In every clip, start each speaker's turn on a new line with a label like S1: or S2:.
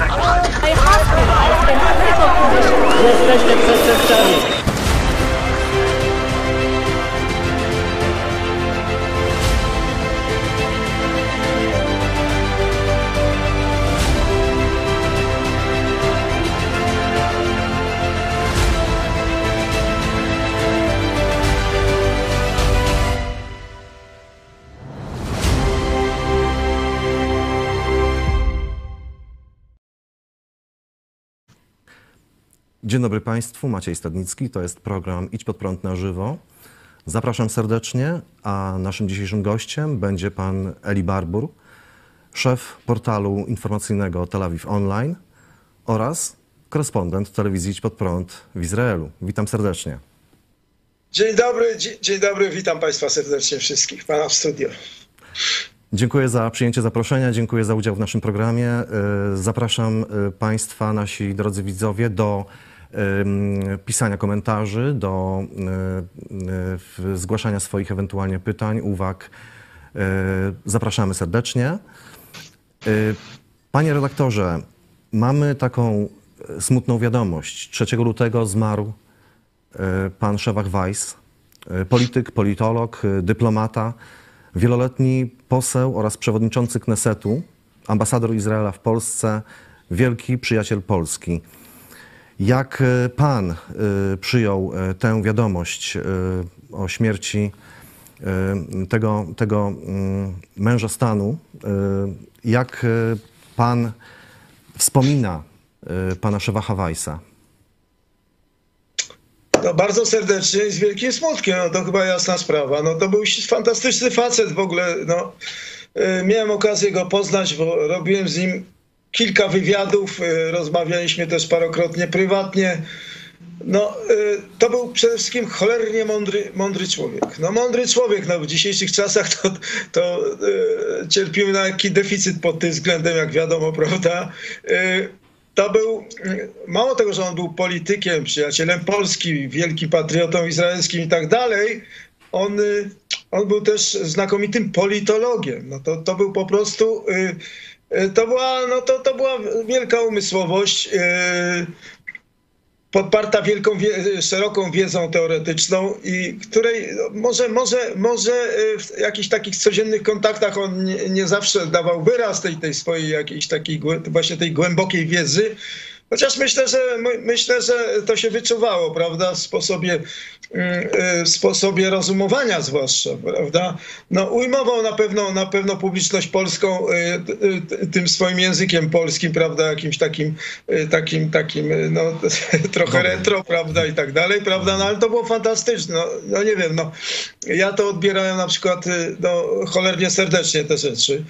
S1: Jesteście przestępcami.
S2: Dzień dobry Państwu, Maciej Stadnicki, to jest program Idź Pod Prąd na żywo. Zapraszam serdecznie, a naszym dzisiejszym gościem będzie pan Eli Barbour, szef portalu informacyjnego Tel Aviv Online oraz korespondent telewizji Idź Pod Prąd w Izraelu. Witam serdecznie.
S3: Dzień dobry, witam Państwa serdecznie wszystkich, Pana w studio.
S2: Dziękuję za przyjęcie zaproszenia, dziękuję za udział w naszym programie. Zapraszam Państwa, nasi drodzy widzowie, do pisania komentarzy, do zgłaszania swoich ewentualnie pytań, uwag. Zapraszamy serdecznie. Panie redaktorze, mamy taką smutną wiadomość. 3 lutego zmarł pan Shevach Weiss, polityk, politolog, dyplomata, wieloletni poseł oraz przewodniczący Knesetu, ambasador Izraela w Polsce, wielki przyjaciel Polski. Jak pan przyjął tę wiadomość o śmierci tego męża stanu? Jak pan wspomina pana Shevacha Weissa?
S3: No, bardzo serdecznie i z wielkim smutkiem, no to chyba jasna sprawa. No, to był fantastyczny facet w ogóle. No, miałem okazję go poznać, bo robiłem z nim kilka wywiadów, rozmawialiśmy też parokrotnie prywatnie. No, to był przede wszystkim cholernie mądry człowiek. No, mądry człowiek, no, w dzisiejszych czasach to cierpimy na jakiś deficyt pod tym względem, jak wiadomo, prawda? To był, mało tego, że on był politykiem, przyjacielem Polski, wielkim patriotą izraelskim i tak dalej, on był też znakomitym politologiem. No to był po prostu, to była wielka umysłowość, podparta szeroką wiedzą teoretyczną i której może w jakichś takich codziennych kontaktach on nie zawsze dawał wyraz tej swojej jakiejś takiej właśnie tej głębokiej wiedzy. Chociaż myślę, że to się wyczuwało, prawda, w sposobie rozumowania zwłaszcza, prawda. No, ujmował na pewno publiczność polską tym swoim językiem polskim, prawda, jakimś takim no, trochę retro, prawda, i tak dalej, prawda, no ale to było fantastyczne, no nie wiem, no ja to odbierałem na przykład cholernie serdecznie te rzeczy.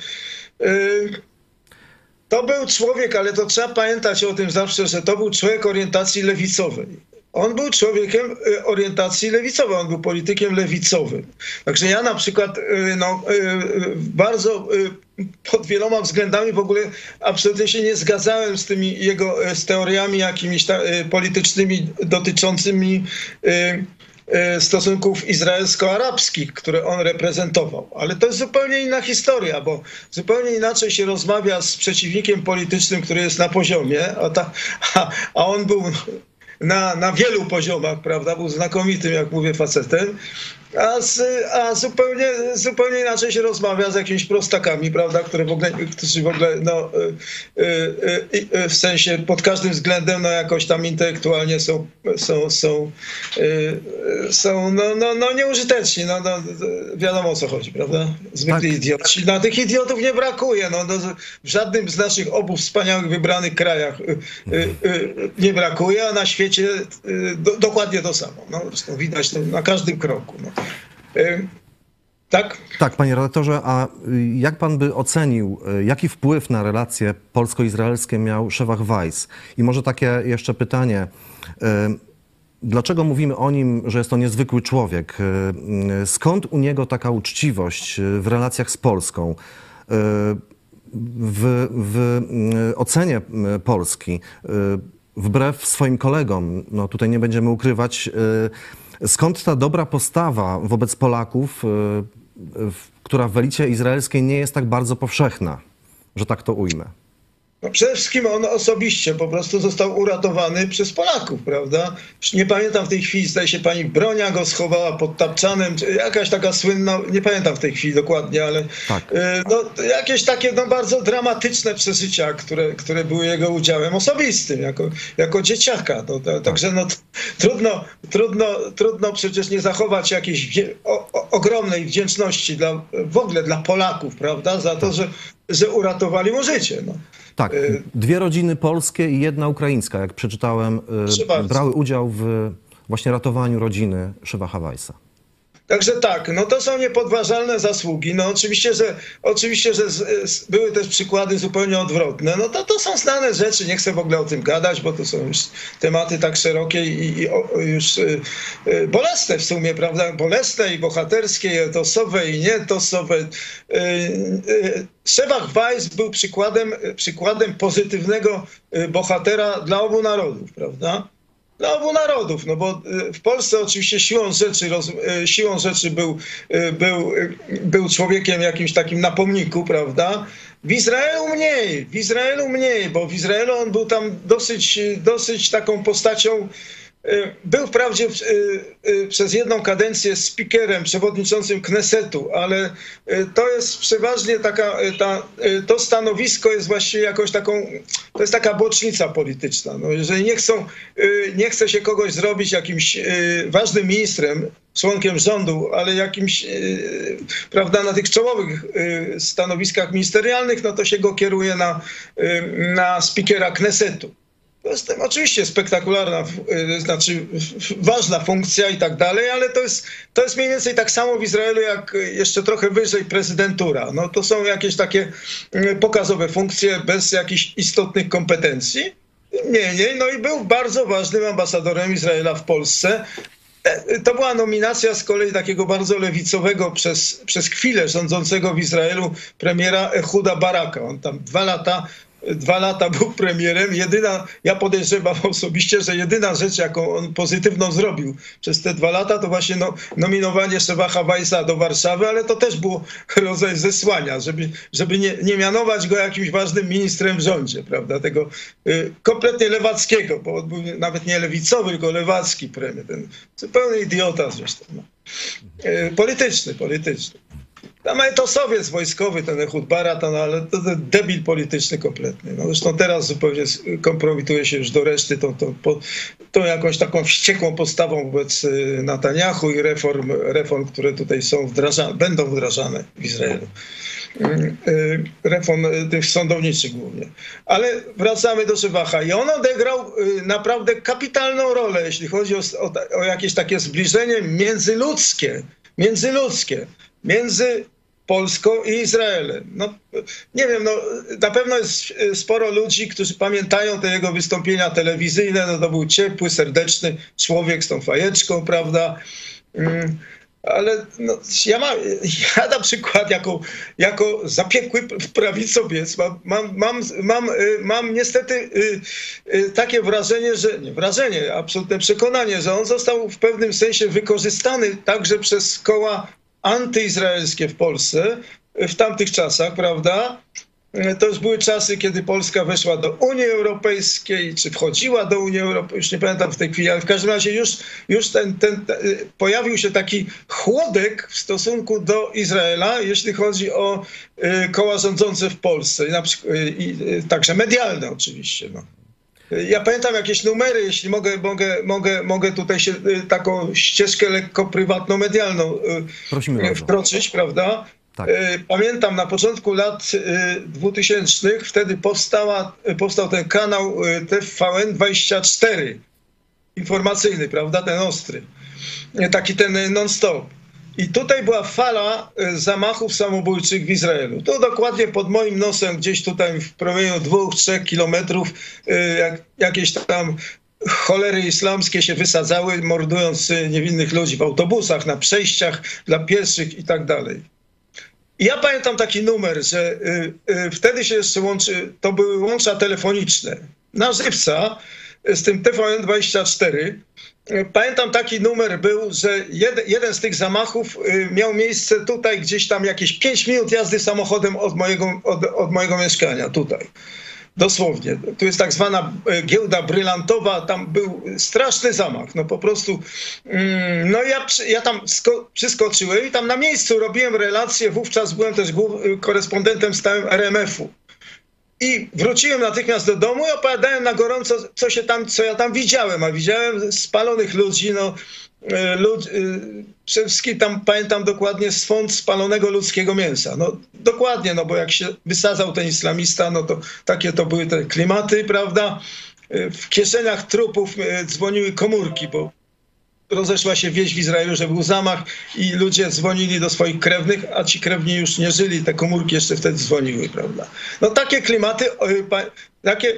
S3: To był człowiek, ale to trzeba pamiętać o tym zawsze, że to był człowiek orientacji lewicowej. On był człowiekiem orientacji lewicowej, on był politykiem lewicowym. Także ja na przykład bardzo pod wieloma względami w ogóle absolutnie się nie zgadzałem z tymi z teoriami jakimiś politycznymi dotyczącymi stosunków izraelsko-arabskich, które on reprezentował. Ale to jest zupełnie inna historia, bo zupełnie inaczej się rozmawia z przeciwnikiem politycznym, który jest na poziomie, a on był na wielu poziomach, prawda, był znakomitym, jak mówię, facetem, a zupełnie inaczej się rozmawia z jakimiś prostakami, prawda, którzy w ogóle no, w sensie pod każdym względem no, jakoś tam intelektualnie są nieużyteczni. No, wiadomo, o co chodzi, prawda? Zwykli idioci. Na tych idiotów nie brakuje. No, w żadnym z naszych obu wspaniałych wybranych krajach nie brakuje, a na świecie dokładnie to samo. No, zresztą widać to na każdym kroku. No. Tak?
S2: Tak, panie redaktorze, a jak pan by ocenił, jaki wpływ na relacje polsko-izraelskie miał Shevach Weiss? I może takie jeszcze pytanie, dlaczego mówimy o nim, że jest to niezwykły człowiek? Skąd u niego taka uczciwość w relacjach z Polską? W ocenie Polski, wbrew swoim kolegom, no tutaj nie będziemy ukrywać, skąd ta dobra postawa wobec Polaków, która w elicie izraelskiej nie jest tak bardzo powszechna, że tak to ujmę?
S3: No przede wszystkim on osobiście po prostu został uratowany przez Polaków, prawda? Już nie pamiętam w tej chwili, zdaje się pani Bronia go schowała pod tapczanem, czy jakaś taka słynna, nie pamiętam w tej chwili dokładnie, ale
S2: Tak.
S3: no, jakieś takie no, bardzo dramatyczne przeżycia, które były jego udziałem osobistym, jako dzieciaka. Także no, trudno przecież nie zachować jakiejś ogromnej wdzięczności w ogóle dla Polaków, prawda? Za to, że uratowali mu życie. No.
S2: Tak, 2 rodziny polskie i 1 ukraińska, jak przeczytałem, brały udział w właśnie ratowaniu rodziny Szewa Hawajsa.
S3: Także tak, no to są niepodważalne zasługi. No oczywiście, że były też przykłady zupełnie odwrotne. No to są znane rzeczy, nie chcę w ogóle o tym gadać, bo to są już tematy tak szerokie i już bolesne w sumie, prawda? Bolesne i bohaterskie, i etosowe, i nieetosowe. Szewach Hawajs był przykładem pozytywnego bohatera dla obu narodów, prawda? Dla obu narodów, no bo w Polsce oczywiście siłą rzeczy był człowiekiem jakimś takim na pomniku, prawda? W Izraelu mniej, bo w Izraelu on był tam dosyć taką postacią. Był wprawdzie przez 1 kadencję speakerem, przewodniczącym Knesetu, ale to jest przeważnie to stanowisko jest właściwie jakąś taką, to jest taka bocznica polityczna. No, jeżeli nie chce się kogoś zrobić jakimś ważnym ministrem, członkiem rządu, ale jakimś, prawda, na tych czołowych stanowiskach ministerialnych, no to się go kieruje na speakera Knesetu. To jest oczywiście spektakularna, znaczy ważna funkcja i tak dalej, ale to jest mniej więcej tak samo w Izraelu, jak jeszcze trochę wyżej prezydentura. No to są jakieś takie pokazowe funkcje bez jakichś istotnych kompetencji. Niemniej, no i był bardzo ważnym ambasadorem Izraela w Polsce. To była nominacja z kolei takiego bardzo lewicowego przez chwilę rządzącego w Izraelu premiera Ehuda Baraka. On tam 2 lata był premierem. Ja podejrzewam osobiście, że jedyna rzecz, jaką on pozytywną zrobił przez te 2 lata, to właśnie nominowanie Szewa Hawajsa do Warszawy, ale to też było rodzaj zesłania, żeby nie mianować go jakimś ważnym ministrem w rządzie, prawda? Tego kompletnie lewackiego, bo on był nawet nie lewicowy, tylko lewacki premier. Ten zupełny idiota zresztą. No. Polityczny. Tam etosowiec wojskowy, ten Ehud Barat, no, ale to debil polityczny kompletny. No, zresztą teraz zupełnie kompromituje się już do reszty tą jakąś taką wściekłą postawą wobec Netanyahu i reform, które tutaj będą wdrażane w Izraelu. Reform tych sądowniczych głównie. Ale wracamy do Szewacha. I on odegrał naprawdę kapitalną rolę, jeśli chodzi o jakieś takie zbliżenie międzyludzkie między Polską i Izraelem. No, nie wiem, no, na pewno jest sporo ludzi, którzy pamiętają te jego wystąpienia telewizyjne. No, to był ciepły, serdeczny człowiek z tą fajeczką, prawda? Ale no, ja na przykład jako zapiekły prawicowiec mam niestety takie wrażenie, absolutne przekonanie, że on został w pewnym sensie wykorzystany także przez koła antyizraelskie w Polsce w tamtych czasach, prawda? To już były czasy, kiedy Polska weszła do Unii Europejskiej, czy wchodziła do Unii Europejskiej, już nie pamiętam w tej chwili, ale w każdym razie już pojawił się taki chłodek w stosunku do Izraela, jeśli chodzi o koła rządzące w Polsce, i także medialne oczywiście. No. Ja pamiętam jakieś numery, jeśli mogę tutaj się taką ścieżkę lekko prywatną, medialną wkroczyć, prawda? Tak. Pamiętam na początku lat 2000 wtedy powstał ten kanał TVN24 informacyjny, prawda, ten ostry, taki ten non-stop. I tutaj była fala zamachów samobójczych w Izraelu. To dokładnie pod moim nosem, gdzieś tutaj w promieniu 2-3 kilometrów, jakieś tam cholery islamskie się wysadzały, mordując niewinnych ludzi w autobusach, na przejściach dla pieszych i tak dalej. I ja pamiętam taki numer, że wtedy się jeszcze to były łącza telefoniczne na żywca z tym TVN24. Pamiętam, taki numer był, że jeden z tych zamachów miał miejsce tutaj, gdzieś tam jakieś 5 minut jazdy samochodem od mojego mieszkania tutaj. Dosłownie. Tu jest tak zwana giełda brylantowa, tam był straszny zamach. No po prostu, no ja tam przyskoczyłem i tam na miejscu robiłem relacje, wówczas byłem też korespondentem stałym RMF-u. I wróciłem natychmiast do domu i opowiadałem na gorąco, co ja tam widziałem. A widziałem spalonych ludzi, no, przede wszystkim tam pamiętam dokładnie swąd spalonego ludzkiego mięsa. No dokładnie, no bo jak się wysadzał ten islamista, no to takie to były te klimaty, prawda? W kieszeniach trupów dzwoniły komórki, bo rozeszła się wieść w Izraelu, że był zamach i ludzie dzwonili do swoich krewnych, a ci krewni już nie żyli, te komórki jeszcze wtedy dzwoniły, prawda? No takie klimaty, takie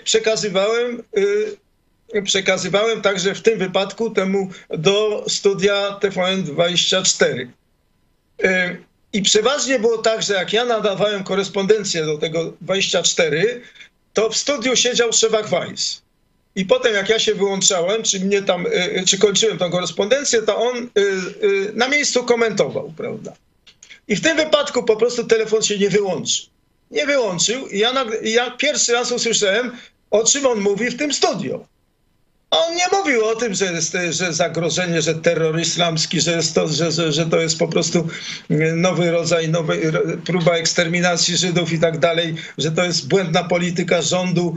S3: przekazywałem także w tym wypadku temu do studia TVN24. I przeważnie było tak, że jak ja nadawałem korespondencję do tego 24, to w studiu siedział Szewak Weiss. I potem jak ja się wyłączałem, czy kończyłem tą korespondencję, to on na miejscu komentował, prawda? I w tym wypadku po prostu telefon się nie wyłączył. Nie wyłączył i ja pierwszy raz usłyszałem, o czym on mówi w tym studiu. On nie mówił o tym, że zagrożenie, że terror islamski, że to jest po prostu nowy rodzaj, próba eksterminacji Żydów i tak dalej, że to jest błędna polityka rządu,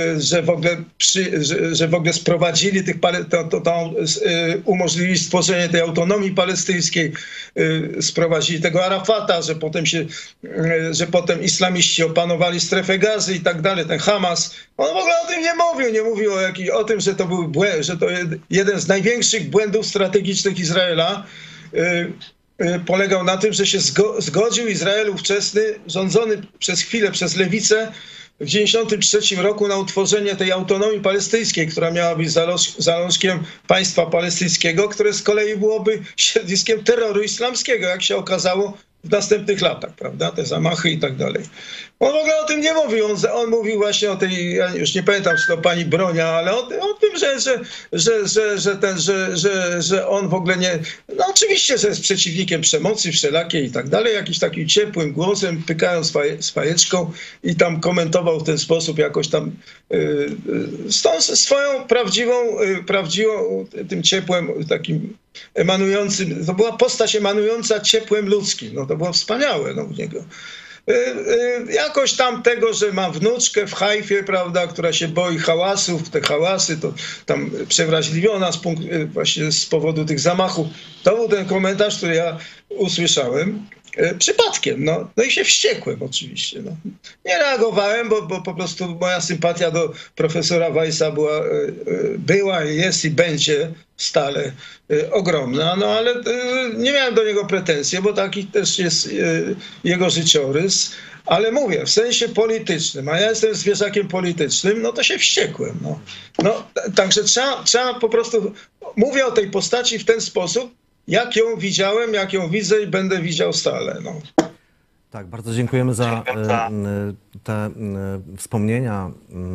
S3: że w ogóle sprowadzili umożliwili stworzenie tej autonomii palestyńskiej, sprowadzili tego Arafata, że potem islamiści opanowali strefę Gazy i tak dalej, ten Hamas. On w ogóle o tym nie mówił o tym, że to był że to jeden z największych błędów strategicznych Izraela polegał na tym, że się zgodził Izrael ówczesny, rządzony przez chwilę przez lewicę w 1993 roku na utworzenie tej autonomii palestyńskiej, która miała być zalążkiem państwa palestyńskiego, które z kolei byłoby siedliskiem terroru islamskiego, jak się okazało w następnych latach, prawda, te zamachy i tak dalej. On w ogóle o tym nie mówił, on mówił właśnie o tej, ja już nie pamiętam, czy to pani Bronia, ale o tym, że on w ogóle nie, no oczywiście, że jest przeciwnikiem przemocy wszelakiej i tak dalej, jakiś takim ciepłym głosem, pykając fajeczką i tam komentował w ten sposób jakoś tam z tą swoją prawdziwą tym ciepłem takim emanującym, to była postać emanująca ciepłem ludzkim, no to było wspaniałe, no u niego. Jakoś tam tego, że ma wnuczkę w Hajfie, prawda, która się boi hałasów, te hałasy to tam przewrażliwiona właśnie z powodu tych zamachów. To był ten komentarz, który ja usłyszałem przypadkiem, no i się wściekłem oczywiście. No. Nie reagowałem, bo po prostu moja sympatia do profesora Weissa była, jest i będzie stale ogromna, no ale nie miałem do niego pretensji, bo taki też jest jego życiorys, ale mówię, w sensie politycznym, a ja jestem zwierzakiem politycznym, no to się wściekłem. No, także trzeba po prostu, mówię o tej postaci w ten sposób, jak ją widziałem, jak ją widzę i będę widział stale. No.
S2: Tak, bardzo dziękujemy za te wspomnienia,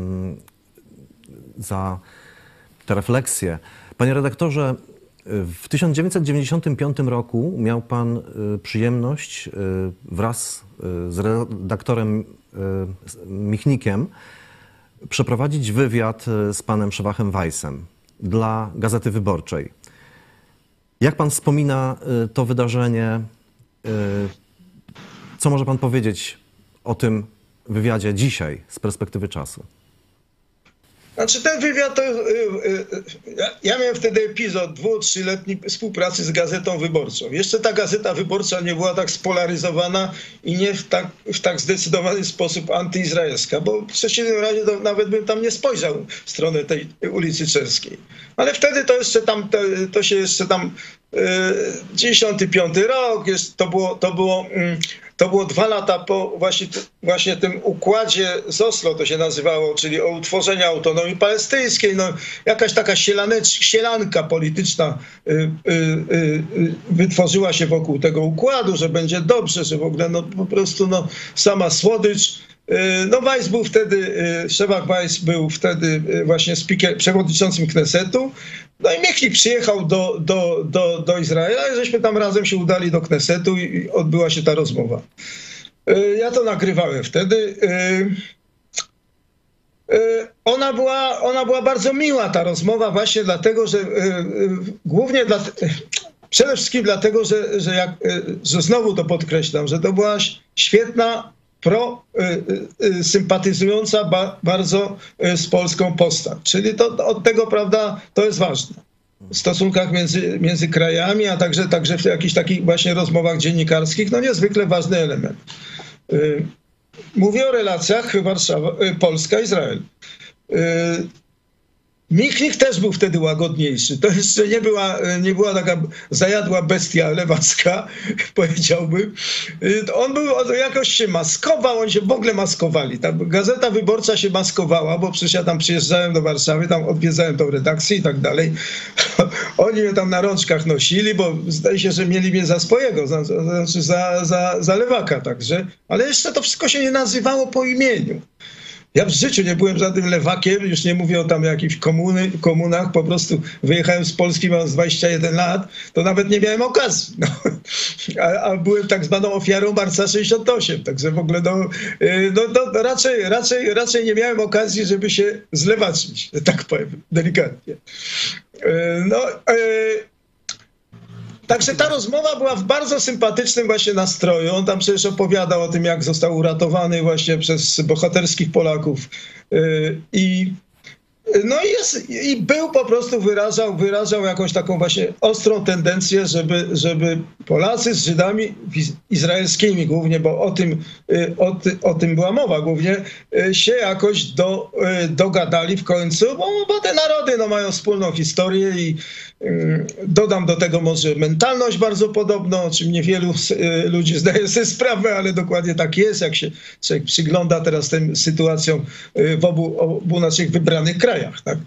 S2: za te refleksje. Panie redaktorze, w 1995 roku miał pan przyjemność wraz z redaktorem Michnikiem przeprowadzić wywiad z panem Szewachem Weissem dla Gazety Wyborczej. Jak pan wspomina to wydarzenie? Co może pan powiedzieć o tym wywiadzie dzisiaj z perspektywy czasu?
S3: Znaczy ten wywiad to... Ja miałem wtedy epizod 2-3-letni współpracy z Gazetą Wyborczą. Jeszcze ta Gazeta Wyborcza nie była tak spolaryzowana i nie w tak zdecydowany sposób antyizraelska, bo w przeciwnym razie to nawet bym tam nie spojrzał w stronę tej ulicy Czerskiej. Ale wtedy to się jeszcze tam 95 rok, to było 2 lata po właśnie tym układzie z Oslo, to się nazywało, czyli o utworzeniu autonomii palestyńskiej. No, jakaś taka sielanka polityczna wytworzyła się wokół tego układu, że będzie dobrze, że w ogóle no, po prostu no, sama słodycz. No Weiss był wtedy, Szewak Weiss był wtedy właśnie przewodniczącym Knesetu. No i Michnik przyjechał do Izraela i żeśmy tam razem się udali do Knesetu i odbyła się ta rozmowa. Ja to nagrywałem wtedy. Ona była bardzo miła, ta rozmowa, właśnie dlatego, że głównie przede wszystkim dlatego, że znowu to podkreślam, że to była świetna, sympatyzująca bardzo z Polską postać. Czyli od tego, prawda, to jest ważne. W stosunkach między krajami, a także w jakichś takich właśnie rozmowach dziennikarskich, no niezwykle ważny element. Mówię o relacjach Polska-Izrael. Michnik też był wtedy łagodniejszy. To jeszcze nie była taka zajadła bestia lewacka, powiedziałbym. On jakoś się maskował, oni się w ogóle maskowali. Ta Gazeta Wyborcza się maskowała, bo przecież ja tam przyjeżdżałem do Warszawy, tam odwiedzałem tą redakcję i tak dalej. Oni mnie tam na rączkach nosili, bo zdaje się, że mieli mnie za swojego, znaczy za lewaka także. Ale jeszcze to wszystko się nie nazywało po imieniu. Ja w życiu nie byłem żadnym lewakiem, już nie mówię o tam jakichś komunach, po prostu wyjechałem z Polski, mając 21 lat, to nawet nie miałem okazji. No. A byłem tak zwaną ofiarą Marca 68, także w ogóle raczej nie miałem okazji, żeby się zlewaczyć, tak powiem, delikatnie. Także ta rozmowa była w bardzo sympatycznym właśnie nastroju. On tam przecież opowiadał o tym, jak został uratowany właśnie przez bohaterskich Polaków. I był po prostu, wyrażał jakąś taką właśnie ostrą tendencję, żeby Polacy z Żydami izraelskimi głównie, bo o tym była mowa głównie, się jakoś dogadali w końcu, bo te narody mają wspólną historię i dodam do tego może mentalność bardzo podobną, o czym niewielu ludzi zdaje sobie sprawę, ale dokładnie tak jest, jak się człowiek przygląda teraz tym sytuacjom w obu naszych wybranych krajach. Tak?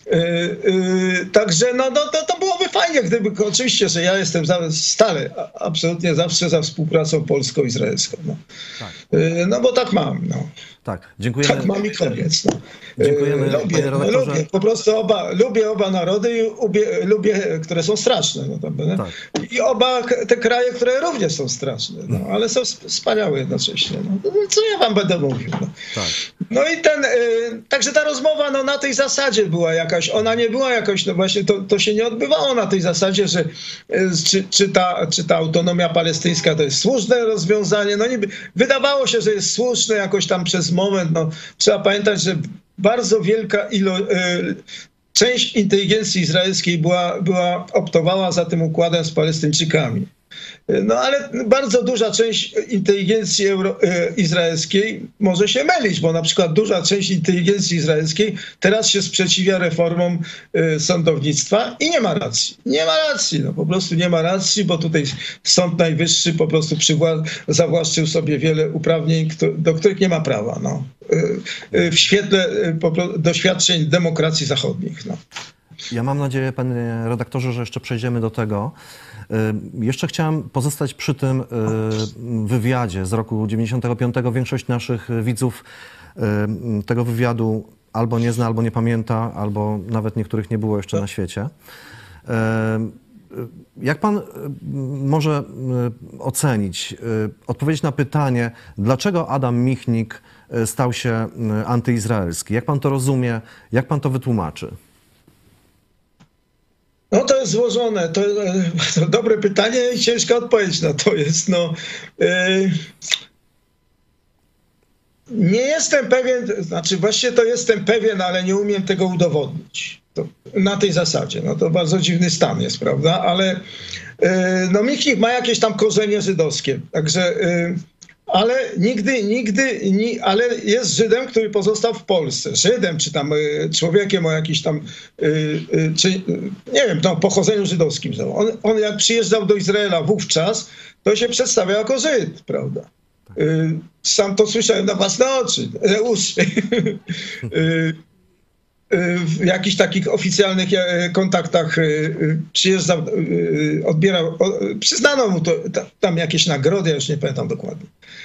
S3: Także to byłoby fajnie, gdyby, oczywiście, że ja jestem stale, absolutnie zawsze za współpracą polsko-izraelską. Tak. No bo tak mam. No.
S2: Tak, dziękujemy.
S3: Tak mam i koniec. No.
S2: Dziękujemy, panie redaktorze.
S3: Lubię, po prostu lubię oba narody i lubię, które są straszne. Tak. I oba te kraje, które również są straszne, ale są wspaniałe jednocześnie. No. Co ja wam będę mówił? No, tak. No i także ta rozmowa na tej zasadzie była jakaś, ona nie była jakoś, no właśnie to się nie odbywało na tej zasadzie, że czy ta autonomia palestyńska to jest słuszne rozwiązanie. No niby wydawało się, że jest słuszne jakoś tam przez moment. No, trzeba pamiętać, że bardzo wielka część inteligencji izraelskiej optowała za tym układem z Palestyńczykami. No ale bardzo duża część inteligencji izraelskiej może się mylić, bo na przykład duża część inteligencji izraelskiej teraz się sprzeciwia reformom sądownictwa i nie ma racji. Nie ma racji, no po prostu nie ma racji, bo tutaj Sąd Najwyższy po prostu zawłaszczył sobie wiele uprawnień, do których nie ma prawa, no. W świetle doświadczeń demokracji zachodnich. No.
S2: Ja mam nadzieję, panie redaktorze, że jeszcze przejdziemy do tego. Jeszcze chciałem pozostać przy tym wywiadzie z roku 95. Większość naszych widzów tego wywiadu albo nie zna, albo nie pamięta, albo nawet niektórych nie było jeszcze na świecie. Jak pan może ocenić, odpowiedzieć na pytanie, dlaczego Adam Michnik stał się antyizraelski? Jak pan to rozumie? Jak pan to wytłumaczy?
S3: No to jest złożone, to dobre pytanie i ciężka odpowiedź na to jest. No, nie jestem pewien, znaczy właściwie to jestem pewien, ale nie umiem tego udowodnić. To na tej zasadzie. No to bardzo dziwny stan jest, prawda? Ale no Michnik ma jakieś tam korzenie żydowskie, także... Ale ale jest Żydem, który pozostał w Polsce. Żydem, czy tam człowiekiem o jakiś tam, nie wiem, pochodzeniu żydowskim. On jak przyjeżdżał do Izraela wówczas, to się przedstawiał jako Żyd, prawda? Sam to słyszałem na własne uszy. W jakichś takich oficjalnych kontaktach przyjeżdżał, odbierał, przyznano mu tam jakieś nagrody, ja już nie pamiętam dokładnie.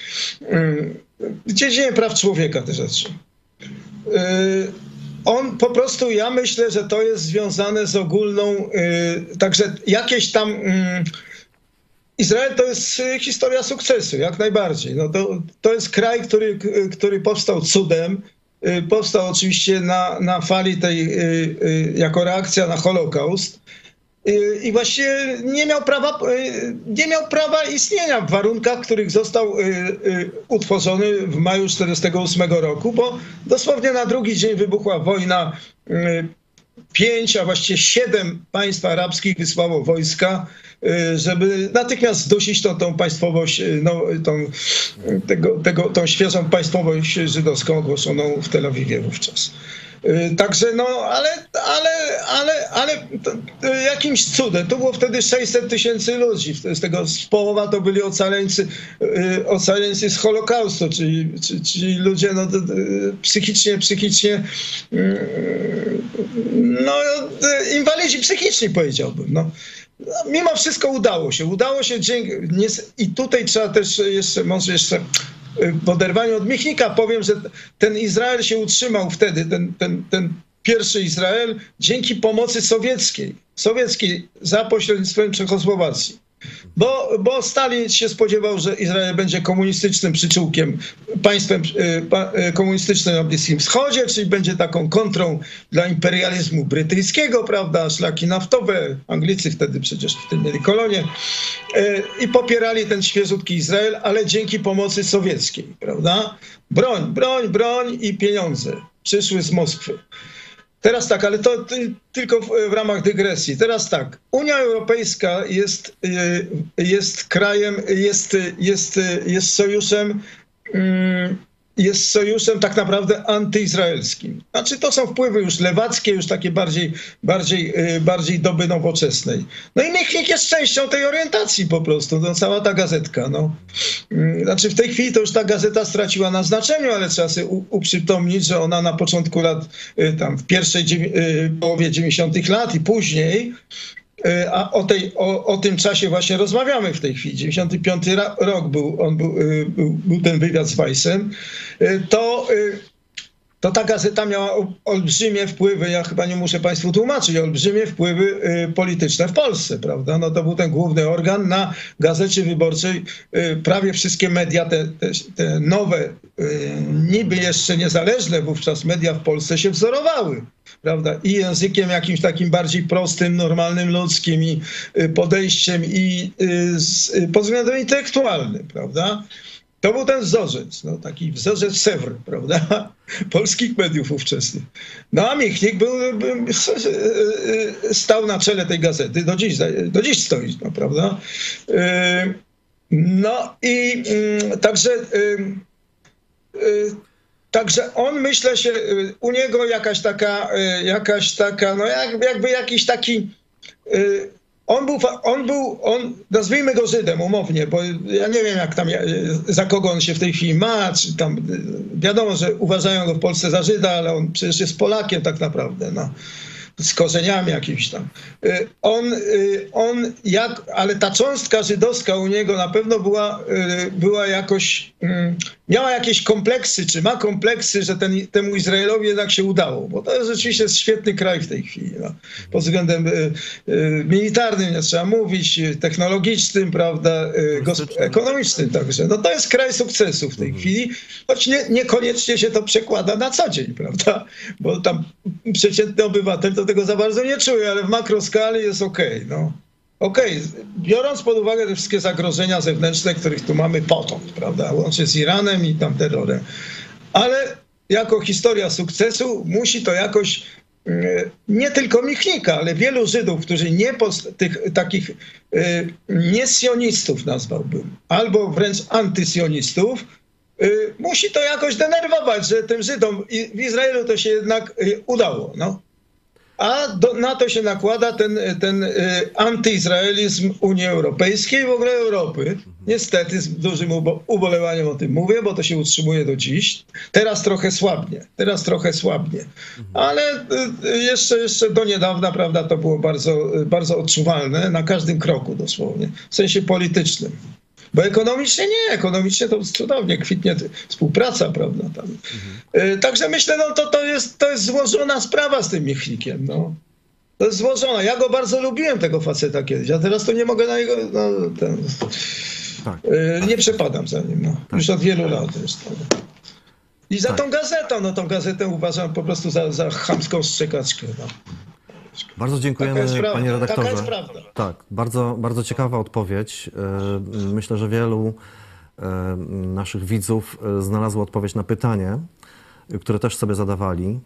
S3: W dziedzinie praw człowieka te rzeczy. On po prostu, ja myślę, że to jest związane z ogólną, także jakieś tam... Izrael to jest historia sukcesu, jak najbardziej. No to jest kraj, który powstał cudem. powstał oczywiście na fali tej, jako reakcja na Holokaust. I właściwie nie miał prawa istnienia w warunkach, w których został utworzony w maju 1948 roku, bo dosłownie na drugi dzień wybuchła wojna. 5, a właściwie 7 państw arabskich wysłało wojska, żeby natychmiast zdusić tą państwowość, tą świeżą państwowość żydowską ogłoszoną w Tel Awiwie wówczas. Także no, ale jakimś cudem, to było wtedy 600 000 ludzi, z tego połowa to byli ocaleńcy z Holokaustu, czyli ludzie no, psychicznie, no, inwalidzi psychiczni, powiedziałbym. No. Mimo wszystko udało się i tutaj trzeba też jeszcze w oderwaniu od Michnika powiem, że ten Izrael się utrzymał wtedy, ten pierwszy Izrael, dzięki pomocy sowieckiej za pośrednictwem Czechosłowacji. Bo Stalin się spodziewał, że Izrael będzie komunistycznym przyczółkiem, państwem komunistycznym na Bliskim Wschodzie, czyli będzie taką kontrą dla imperializmu brytyjskiego, prawda, szlaki naftowe, Anglicy wtedy przecież w tym mieli kolonie, i popierali ten świeżutki Izrael, ale dzięki pomocy sowieckiej, prawda. Broń i pieniądze przyszły z Moskwy. Teraz tak, ale to tylko w ramach dygresji. Teraz tak, Unia Europejska jest krajem, jest sojuszem tak naprawdę antyizraelskim. Znaczy to są wpływy już lewackie, już takie bardziej doby nowoczesnej. No i Michnik jest częścią tej orientacji po prostu, no, cała ta gazetka. No. Znaczy w tej chwili to już ta gazeta straciła na znaczeniu, ale trzeba sobie uprzytomnić, że ona na początku lat, tam w pierwszej połowie 90. lat i później, a o tym czasie właśnie rozmawiamy w tej chwili. 95 rok był ten wywiad z Weissem. To ta gazeta miała olbrzymie wpływy, ja chyba nie muszę państwu tłumaczyć, olbrzymie wpływy polityczne w Polsce, prawda? No to był ten główny organ. Na Gazecie Wyborczej prawie wszystkie media, te nowe, niby jeszcze niezależne wówczas media w Polsce się wzorowały, prawda? I językiem jakimś takim bardziej prostym, normalnym, ludzkim, i podejściem, i pod względem intelektualnym, prawda? To był ten wzorzec, no, taki wzorzec Sewr, prawda, polskich mediów ówczesnych. No a Michnik stał na czele tej gazety, do dziś stoi, no, prawda. No i także on, myślę się, u niego jakaś taka, no jakby jakiś taki... On nazwijmy go Żydem umownie, bo ja nie wiem, jak tam, za kogo on się w tej chwili ma, czy tam, wiadomo, że uważają go w Polsce za Żyda, ale on przecież jest Polakiem tak naprawdę, no, z korzeniami jakimiś tam. Ale ta cząstka żydowska u niego na pewno była jakoś, miała jakieś kompleksy, czy ma kompleksy, że temu Izraelowi jednak się udało, bo to rzeczywiście jest świetny kraj w tej chwili. No. Pod względem militarnym, nie trzeba mówić, technologicznym, prawda, ekonomicznym także. No to jest kraj sukcesu w tej chwili, choć niekoniecznie się to przekłada na co dzień, prawda, bo tam przeciętny obywatel to tego za bardzo nie czuje, ale w makroskali jest okej, no. Okej, biorąc pod uwagę te wszystkie zagrożenia zewnętrzne, których tu mamy potąd, prawda, łącznie z Iranem i tam terrorem, ale jako historia sukcesu musi to jakoś, nie tylko Michnika, ale wielu Żydów, którzy takich niesjonistów nazwałbym, albo wręcz antysjonistów, musi to jakoś denerwować, że tym Żydom w Izraelu to się jednak udało, no. A na to się nakłada ten antyizraelizm Unii Europejskiej i w ogóle Europy. Niestety z dużym ubolewaniem o tym mówię, bo to się utrzymuje do dziś. Teraz trochę słabnie. Ale jeszcze do niedawna, prawda, to było bardzo, bardzo odczuwalne na każdym kroku dosłownie, w sensie politycznym. Bo ekonomicznie nie, ekonomicznie to cudownie kwitnie współpraca, prawda, tam. Także myślę, no to jest złożona sprawa z tym Michnikiem, no. To jest złożona. Ja go bardzo lubiłem, tego faceta kiedyś, a teraz to nie mogę na niego, no, nie przepadam za nim, no. Już od wielu lat zresztą. I za tą gazetą, no tą gazetę uważam po prostu za chamską szczekaczkę. No.
S2: Bardzo dziękujemy, panie redaktorze.
S3: Taka jest prawda.
S2: Tak, bardzo, bardzo ciekawa odpowiedź. Myślę, że wielu naszych widzów znalazło odpowiedź na pytanie, które też sobie zadawali,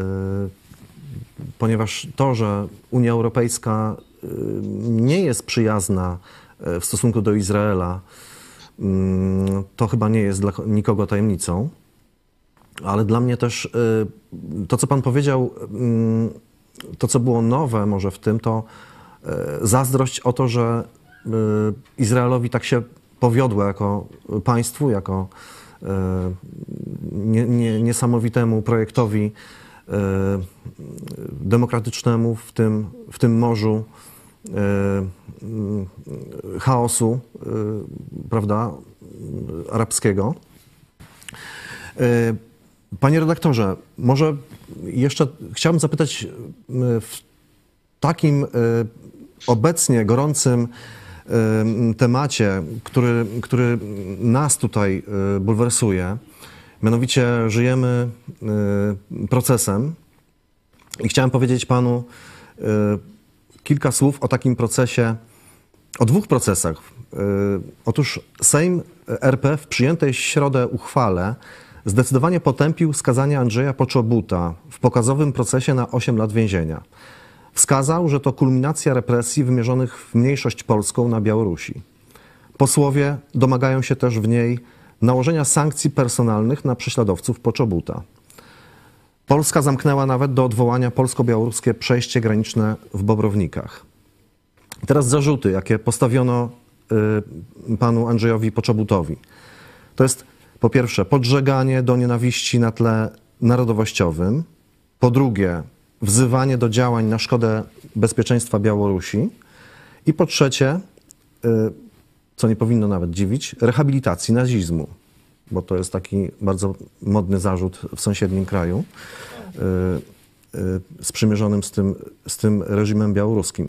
S2: ponieważ to, że Unia Europejska nie jest przyjazna w stosunku do Izraela, to chyba nie jest dla nikogo tajemnicą, ale dla mnie też to, co pan powiedział, to, co było nowe może w tym, to zazdrość o to, że Izraelowi tak się powiodło jako państwu, jako niesamowitemu projektowi demokratycznemu w tym morzu chaosu, prawda, arabskiego. Panie redaktorze, może jeszcze chciałbym zapytać w takim obecnie gorącym temacie, który nas tutaj bulwersuje, mianowicie żyjemy procesem i chciałem powiedzieć panu kilka słów o takim procesie, o dwóch procesach. Otóż Sejm RP w przyjętej w środę uchwale zdecydowanie potępił skazanie Andrzeja Poczobuta w pokazowym procesie na 8 lat więzienia. Wskazał, że to kulminacja represji wymierzonych w mniejszość polską na Białorusi. Posłowie domagają się też w niej nałożenia sankcji personalnych na prześladowców Poczobuta. Polska zamknęła nawet do odwołania polsko-białoruskie przejście graniczne w Bobrownikach. I teraz zarzuty, jakie postawiono panu Andrzejowi Poczobutowi. To jest po pierwsze podżeganie do nienawiści na tle narodowościowym, po drugie wzywanie do działań na szkodę bezpieczeństwa Białorusi i po trzecie, co nie powinno nawet dziwić, rehabilitacji nazizmu, bo to jest taki bardzo modny zarzut w sąsiednim kraju sprzymierzonym z tym reżimem białoruskim.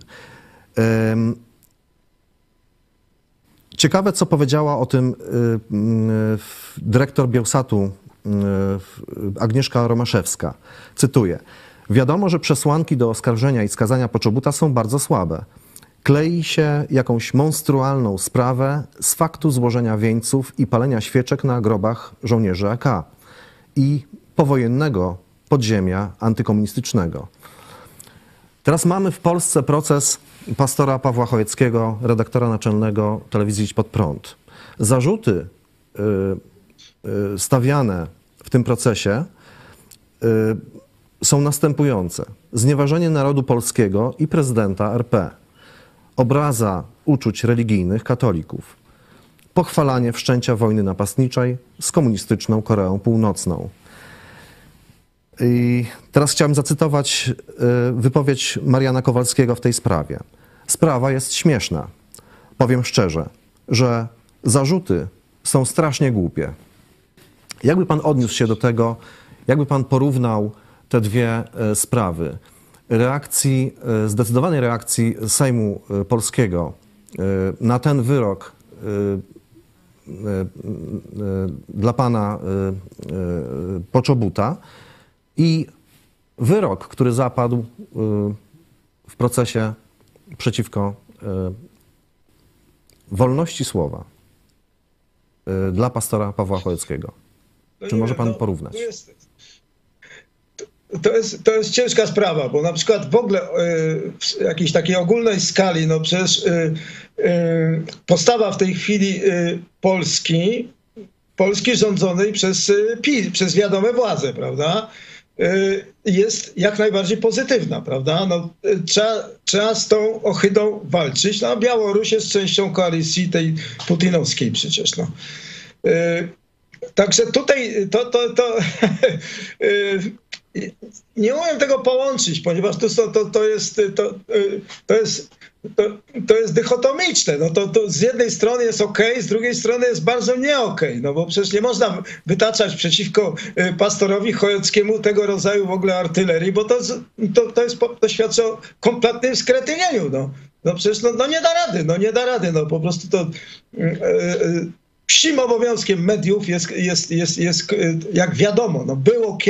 S2: Ciekawe, co powiedziała o tym dyrektor Bielsatu Agnieszka Romaszewska. Cytuję. Wiadomo, że przesłanki do oskarżenia i skazania Poczobuta są bardzo słabe. Klei się jakąś monstrualną sprawę z faktu złożenia wieńców i palenia świeczek na grobach żołnierzy AK i powojennego podziemia antykomunistycznego. Teraz mamy w Polsce proces pastora Pawła Chojeckiego, redaktora naczelnego telewizji Idź Pod Prąd. Zarzuty stawiane w tym procesie są następujące. Znieważenie narodu polskiego i prezydenta RP. Obraza uczuć religijnych katolików. Pochwalanie wszczęcia wojny napastniczej z komunistyczną Koreą Północną. I teraz chciałem zacytować wypowiedź Mariana Kowalskiego w tej sprawie. Sprawa jest śmieszna. Powiem szczerze, że zarzuty są strasznie głupie. Jakby pan odniósł się do tego, jakby pan porównał te dwie sprawy? Zdecydowanej reakcji Sejmu Polskiego na ten wyrok dla pana Poczobuta i wyrok, który zapadł w procesie przeciwko wolności słowa dla pastora Pawła Chojeckiego. Czy może pan porównać?
S3: To jest ciężka sprawa, bo na przykład w ogóle w jakiejś takiej ogólnej skali, no przecież postawa w tej chwili Polski rządzonej przez PiS, przez wiadome władze, prawda, jest jak najbardziej pozytywna, prawda? No, trzeba z tą ohydą walczyć. No, Białoruś jest częścią koalicji tej putinowskiej przecież. No. Także tutaj nie umiem tego połączyć, ponieważ to jest dychotomiczne. No to z jednej strony jest okej, z drugiej strony jest bardzo nie okej. No bo przecież nie można wytaczać przeciwko pastorowi Chojeckiemu tego rodzaju w ogóle artylerii, bo to świadczy o kompletnym skretynieniu. No przecież nie da rady, no po prostu to Wsim obowiązkiem mediów jest jak wiadomo, no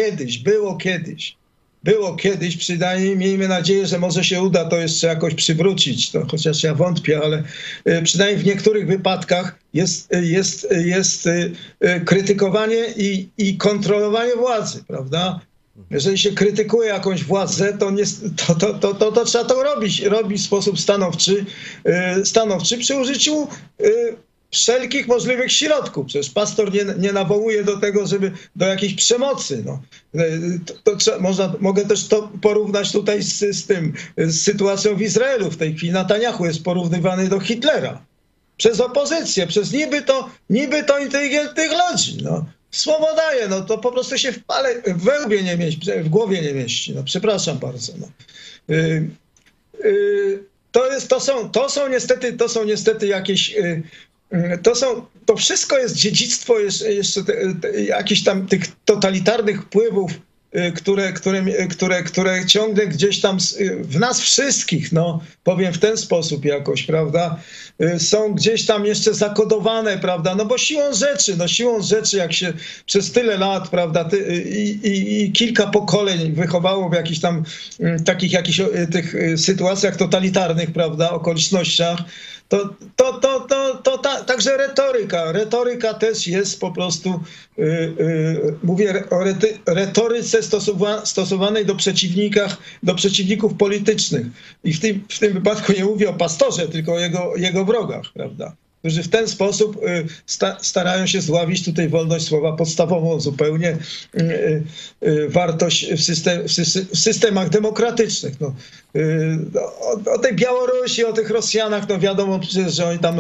S3: było kiedyś, przynajmniej miejmy nadzieję, że może się uda to jeszcze jakoś przywrócić, to chociaż ja wątpię, ale przynajmniej w niektórych wypadkach jest krytykowanie i kontrolowanie władzy, prawda? Jeżeli się krytykuje jakąś władzę, to trzeba to robić w sposób stanowczy przy użyciu wszelkich możliwych środków. Przecież pastor nie nawołuje do tego, żeby do jakiejś przemocy. No. Mogę też to porównać tutaj z sytuacją w Izraelu. W tej chwili Netanyahu jest porównywany do Hitlera. Przez opozycję, przez niby to inteligentnych ludzi. No. Słowo daje, no to po prostu się w głowie nie mieści. No, przepraszam bardzo. No. To są niestety jakieś... To wszystko jest dziedzictwo jeszcze jakichś tam tych totalitarnych wpływów, które ciągle gdzieś tam w nas wszystkich, no powiem w ten sposób jakoś, prawda, są gdzieś tam jeszcze zakodowane, prawda, no bo siłą rzeczy, jak się przez tyle lat, prawda, i kilka pokoleń wychowało w jakichś tam takich tych sytuacjach totalitarnych, prawda, okolicznościach, także retoryka też jest po prostu, mówię o retoryce stosowanej do przeciwników politycznych. I w tym wypadku nie mówię o pastorze, tylko o jego wrogach, prawda? Którzy w ten sposób starają się zdławić tutaj wolność słowa, podstawową zupełnie wartość w systemach demokratycznych. No. O tej Białorusi, o tych Rosjanach, no wiadomo przecież, że oni tam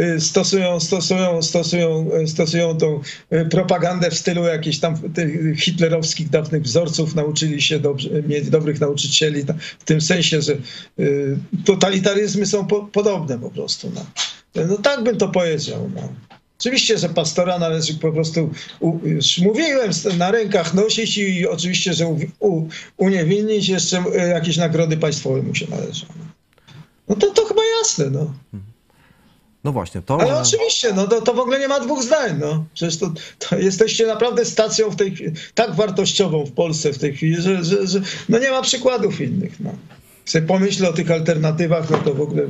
S3: stosują tą propagandę w stylu jakichś tam tych hitlerowskich dawnych wzorców, nauczyli się mieć dobrych nauczycieli, w tym sensie, że totalitaryzmy są podobne po prostu. No tak bym to powiedział. No. Oczywiście, że pastora należy po prostu, już mówiłem, na rękach nosić i oczywiście, że uniewinnić, jeszcze jakieś nagrody państwowe mu się należą. No to chyba jasne. No.
S2: No właśnie,
S3: ale oczywiście, no to w ogóle nie ma dwóch zdań. No. Przecież to jesteście naprawdę stacją w tej chwili, tak wartościową w Polsce w tej chwili, że no nie ma przykładów innych. No. Jak sobie pomyślę o tych alternatywach, no to w ogóle...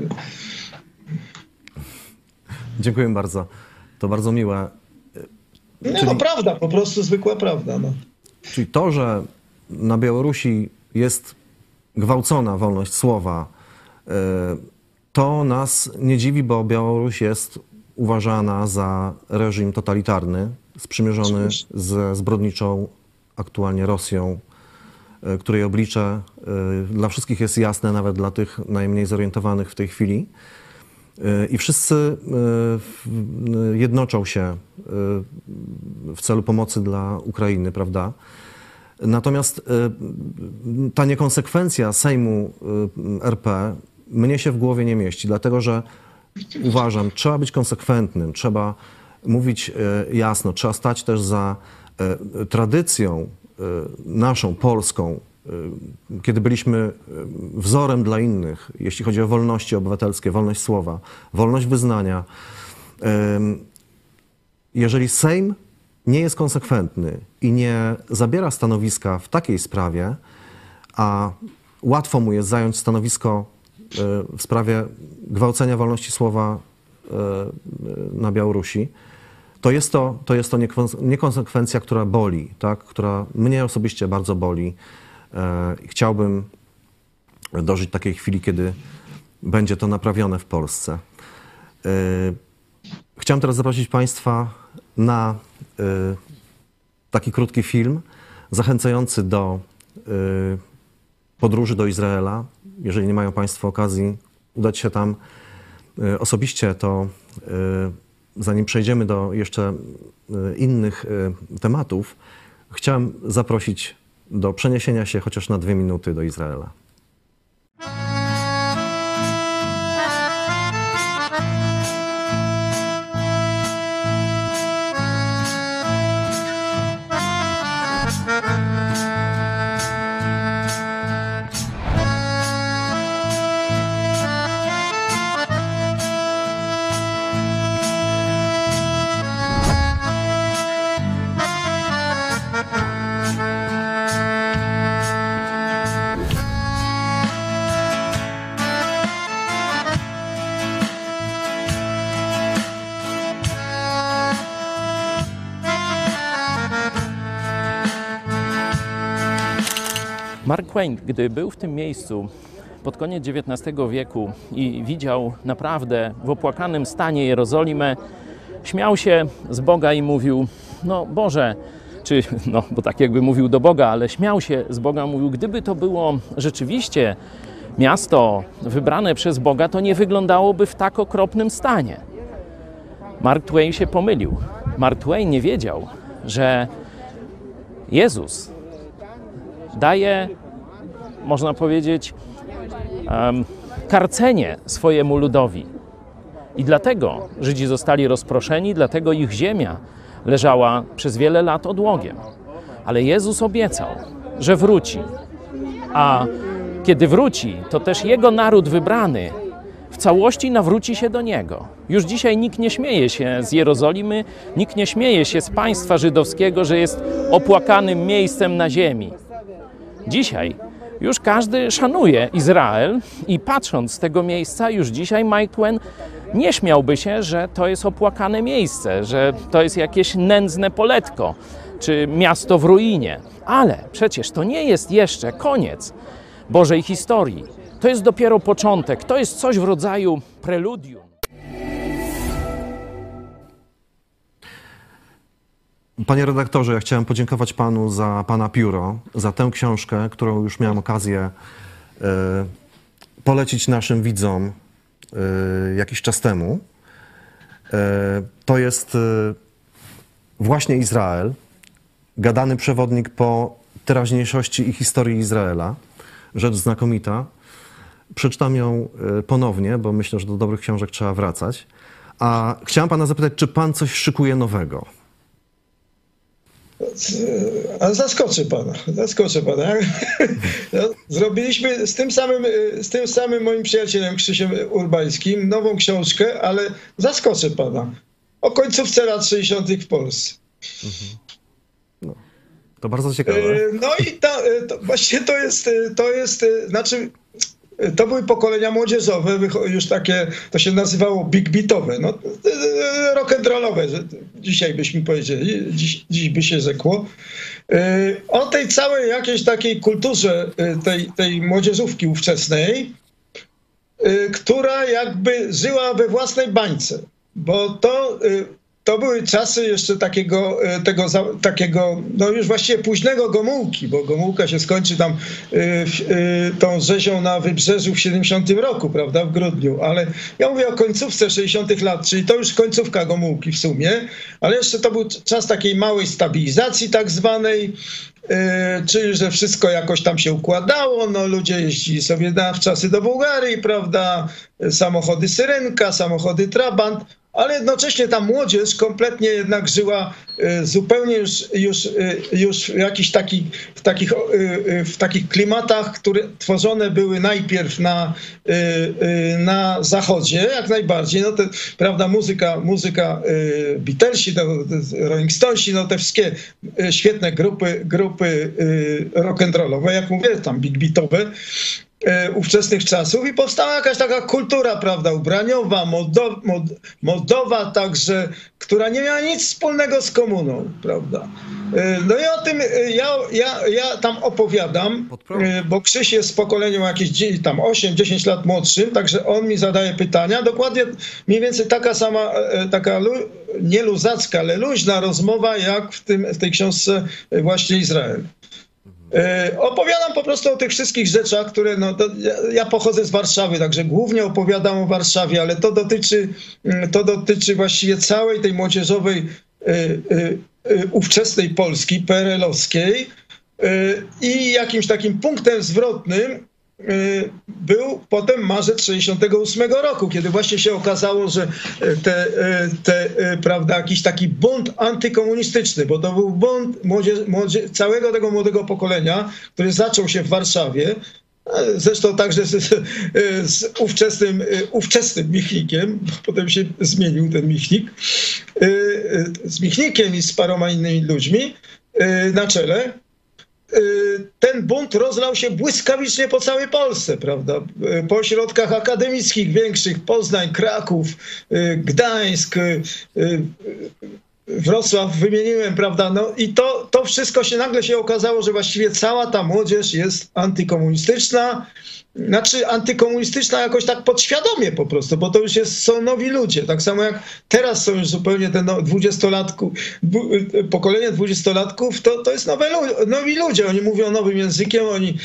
S2: Dziękuję bardzo. To bardzo miłe.
S3: No prawda, po prostu zwykła prawda. No.
S2: Czyli to, że na Białorusi jest gwałcona wolność słowa, to nas nie dziwi, bo Białoruś jest uważana za reżim totalitarny, sprzymierzony ze zbrodniczą aktualnie Rosją, której oblicze dla wszystkich jest jasne, nawet dla tych najmniej zorientowanych w tej chwili. I wszyscy jednoczą się w celu pomocy dla Ukrainy, prawda? Natomiast ta niekonsekwencja Sejmu RP mnie się w głowie nie mieści, dlatego że uważam, trzeba być konsekwentnym, trzeba mówić jasno, trzeba stać też za tradycją naszą, polską, kiedy byliśmy wzorem dla innych, jeśli chodzi o wolności obywatelskie, wolność słowa, wolność wyznania. Jeżeli Sejm nie jest konsekwentny i nie zabiera stanowiska w takiej sprawie, a łatwo mu jest zająć stanowisko w sprawie gwałcenia wolności słowa na Białorusi, to jest to niekonsekwencja, która boli, tak? Która mnie osobiście bardzo boli. Chciałbym dożyć takiej chwili, kiedy będzie to naprawione w Polsce. Chciałem teraz zaprosić Państwa na taki krótki film zachęcający do podróży do Izraela. Jeżeli nie mają Państwo okazji udać się tam osobiście, to zanim przejdziemy do jeszcze innych tematów, chciałem zaprosić do przeniesienia się chociaż na 2 minuty do Izraela.
S1: Mark Twain, gdy był w tym miejscu pod koniec XIX wieku i widział naprawdę w opłakanym stanie Jerozolimę, śmiał się z Boga i mówił: no Boże, bo tak jakby mówił do Boga, ale śmiał się z Boga, mówił: gdyby to było rzeczywiście miasto wybrane przez Boga, to nie wyglądałoby w tak okropnym stanie. Mark Twain się pomylił. Mark Twain nie wiedział, że Jezus daje, można powiedzieć, karcenie swojemu ludowi. I dlatego Żydzi zostali rozproszeni, dlatego ich ziemia leżała przez wiele lat odłogiem. Ale Jezus obiecał, że wróci. A kiedy wróci, to też Jego naród wybrany w całości nawróci się do Niego. Już dzisiaj nikt nie śmieje się z Jerozolimy, nikt nie śmieje się z państwa żydowskiego, że jest opłakanym miejscem na ziemi. Dzisiaj już każdy szanuje Izrael i patrząc z tego miejsca, już dzisiaj Mike Twain nie śmiałby się, że to jest opłakane miejsce, że to jest jakieś nędzne poletko, czy miasto w ruinie. Ale przecież to nie jest jeszcze koniec Bożej historii. To jest dopiero początek, to jest coś w rodzaju preludium.
S2: Panie redaktorze, ja chciałem podziękować panu za pana pióro, za tę książkę, którą już miałem okazję polecić naszym widzom jakiś czas temu. To jest właśnie Izrael, gadany przewodnik po teraźniejszości i historii Izraela. Rzecz znakomita. Przeczytam ją ponownie, bo myślę, że do dobrych książek trzeba wracać. A chciałem pana zapytać, czy pan coś szykuje nowego?
S3: Ale zaskoczy pana. No, zrobiliśmy z tym samym moim przyjacielem Krzysiem Urbańskim nową książkę, ale zaskoczę pana. O końcówce lat 60. w Polsce.
S2: No, to bardzo ciekawe.
S3: No i właśnie znaczy, to były pokolenia młodzieżowe, już takie, to się nazywało big beatowe, no, rock'n'rollowe, dzisiaj byśmy powiedzieli, dziś by się rzekło. O tej całej jakiejś takiej kulturze tej młodzieżówki ówczesnej, która jakby żyła we własnej bańce, bo to były czasy jeszcze takiego, no już właściwie późnego Gomułki, bo Gomułka się skończy tam tą rzezią na Wybrzeżu w 70 roku, prawda, w grudniu, ale ja mówię o końcówce 60 lat, czyli to już końcówka Gomułki w sumie, ale jeszcze to był czas takiej małej stabilizacji tak zwanej, czyli że wszystko jakoś tam się układało, no ludzie jeździli sobie w czasy do Bułgarii, prawda, samochody Syrenka, samochody Trabant, ale jednocześnie ta młodzież kompletnie jednak żyła zupełnie już w takich klimatach, które tworzone były najpierw na Zachodzie, jak najbardziej. No to, prawda, muzyka Beatlesi, Rolling Stonesi, no te wszystkie świetne grupy rock'n'rollowe, jak mówię, tam big beatowe, ówczesnych czasów i powstała jakaś taka kultura, prawda, ubraniowa, modowa także, która nie miała nic wspólnego z komuną, prawda. No i o tym ja tam opowiadam, bo Krzyś jest z pokoleniem jakieś tam 8-10 lat młodszym, także on mi zadaje pytania. Dokładnie mniej więcej taka sama, nie luzacka, ale luźna rozmowa jak w tej książce właśnie Izrael. Opowiadam po prostu o tych wszystkich rzeczach, które, no, ja pochodzę z Warszawy, także głównie opowiadam o Warszawie, ale to dotyczy właściwie całej tej młodzieżowej ówczesnej Polski, PRL-owskiej i jakimś takim punktem zwrotnym był potem marzec 68 roku, kiedy właśnie się okazało, że prawda, jakiś taki bunt antykomunistyczny, bo to był bunt całego tego młodego pokolenia, który zaczął się w Warszawie, zresztą także z ówczesnym Michnikiem, potem się zmienił ten Michnik, z Michnikiem i z paroma innymi ludźmi na czele. Ten bunt rozlał się błyskawicznie po całej Polsce, prawda? Po ośrodkach akademickich większych, Poznań, Kraków, Gdańsk, Wrocław wymieniłem, prawda? No i to wszystko nagle się okazało, że właściwie cała ta młodzież jest antykomunistyczna. Znaczy antykomunistyczna jakoś tak podświadomie po prostu, bo to już są nowi ludzie. Tak samo jak teraz są już zupełnie te pokolenie 20-latków, to jest nowi ludzie. Oni mówią nowym językiem,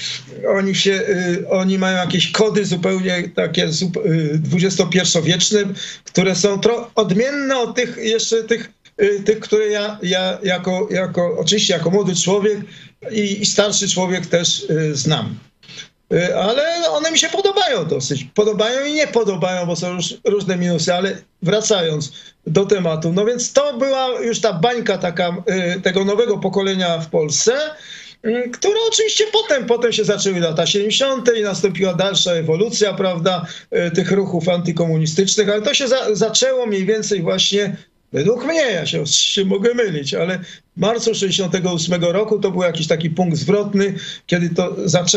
S3: oni mają jakieś kody zupełnie takie XXI-wieczne, które są odmienne od tych, które ja oczywiście jako młody człowiek i starszy człowiek też znam. Ale one mi się podobają dosyć. Podobają i nie podobają, bo są już różne minusy, ale wracając do tematu. No więc to była już ta bańka taka tego nowego pokolenia w Polsce, które oczywiście potem się zaczęły lata 70. i nastąpiła dalsza ewolucja, prawda, tych ruchów antykomunistycznych, ale to się zaczęło mniej więcej właśnie, według mnie, ja się mogę mylić, ale w marcu 68 roku to był jakiś taki punkt zwrotny, kiedy to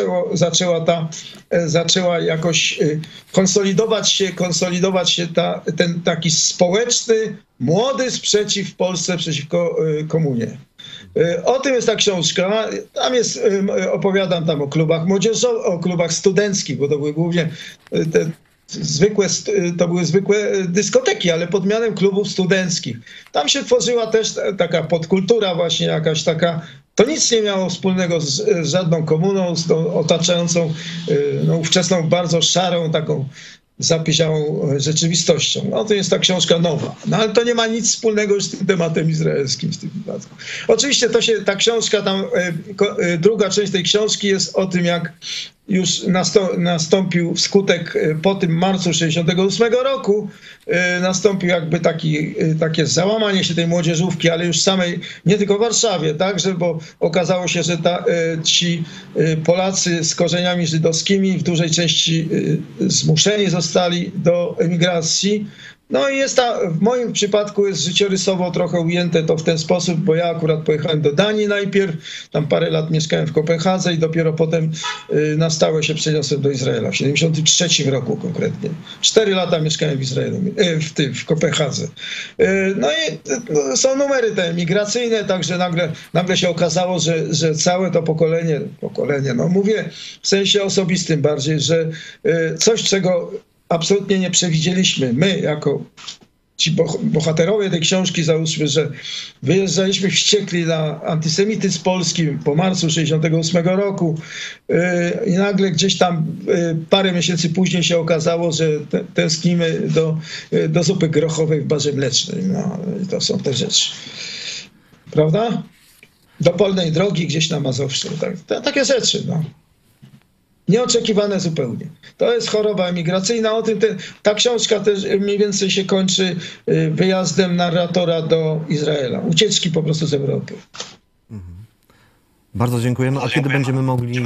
S3: zaczęła jakoś konsolidować się ten taki społeczny, młody sprzeciw w Polsce przeciwko komunie. O tym jest ta książka. Tam opowiadam tam o klubach młodzieżowych, o klubach studenckich, bo to były głównie to były zwykłe dyskoteki, ale pod mianem klubów studenckich. Tam się tworzyła też taka podkultura właśnie jakaś taka. To nic nie miało wspólnego z żadną komuną, z tą otaczającą ówczesną, bardzo szarą, taką zapieziałą rzeczywistością. No to jest ta książka nowa. No ale to nie ma nic wspólnego już z tym tematem izraelskim w tym wypadku. Oczywiście ta książka tam, druga część tej książki jest o tym, jak już nastąpił wskutek po tym marcu 68 roku, nastąpił jakby takie załamanie się tej młodzieżówki, ale już samej, nie tylko w Warszawie, także, bo okazało się, że ci Polacy z korzeniami żydowskimi w dużej części zmuszeni zostali do emigracji. No i w moim przypadku jest życiorysowo trochę ujęte to w ten sposób, bo ja akurat pojechałem do Danii najpierw, tam parę lat mieszkałem w Kopenhadze i dopiero potem na stałe się przeniosłem do Izraela, w 73 roku konkretnie. 4 lata mieszkałem w Izraelu, w Kopenhadze. No i są numery te emigracyjne, także nagle się okazało, że całe to pokolenie, no mówię w sensie osobistym bardziej, że coś, czego absolutnie nie przewidzieliśmy. My, jako ci bohaterowie tej książki, załóżmy, że wyjeżdżaliśmy wściekli na antysemityzm polski po marcu 68 roku i nagle gdzieś tam parę miesięcy później się okazało, że tęsknimy do zupy grochowej w barze mlecznej. No i to są te rzeczy. Prawda? Do polnej drogi gdzieś na Mazowszu. Takie rzeczy, no. Nieoczekiwane zupełnie. To jest choroba emigracyjna. O tym ta książka też mniej więcej się kończy wyjazdem narratora do Izraela. Ucieczki po prostu z Europy.
S2: Bardzo dziękujemy. A kiedy będziemy mogli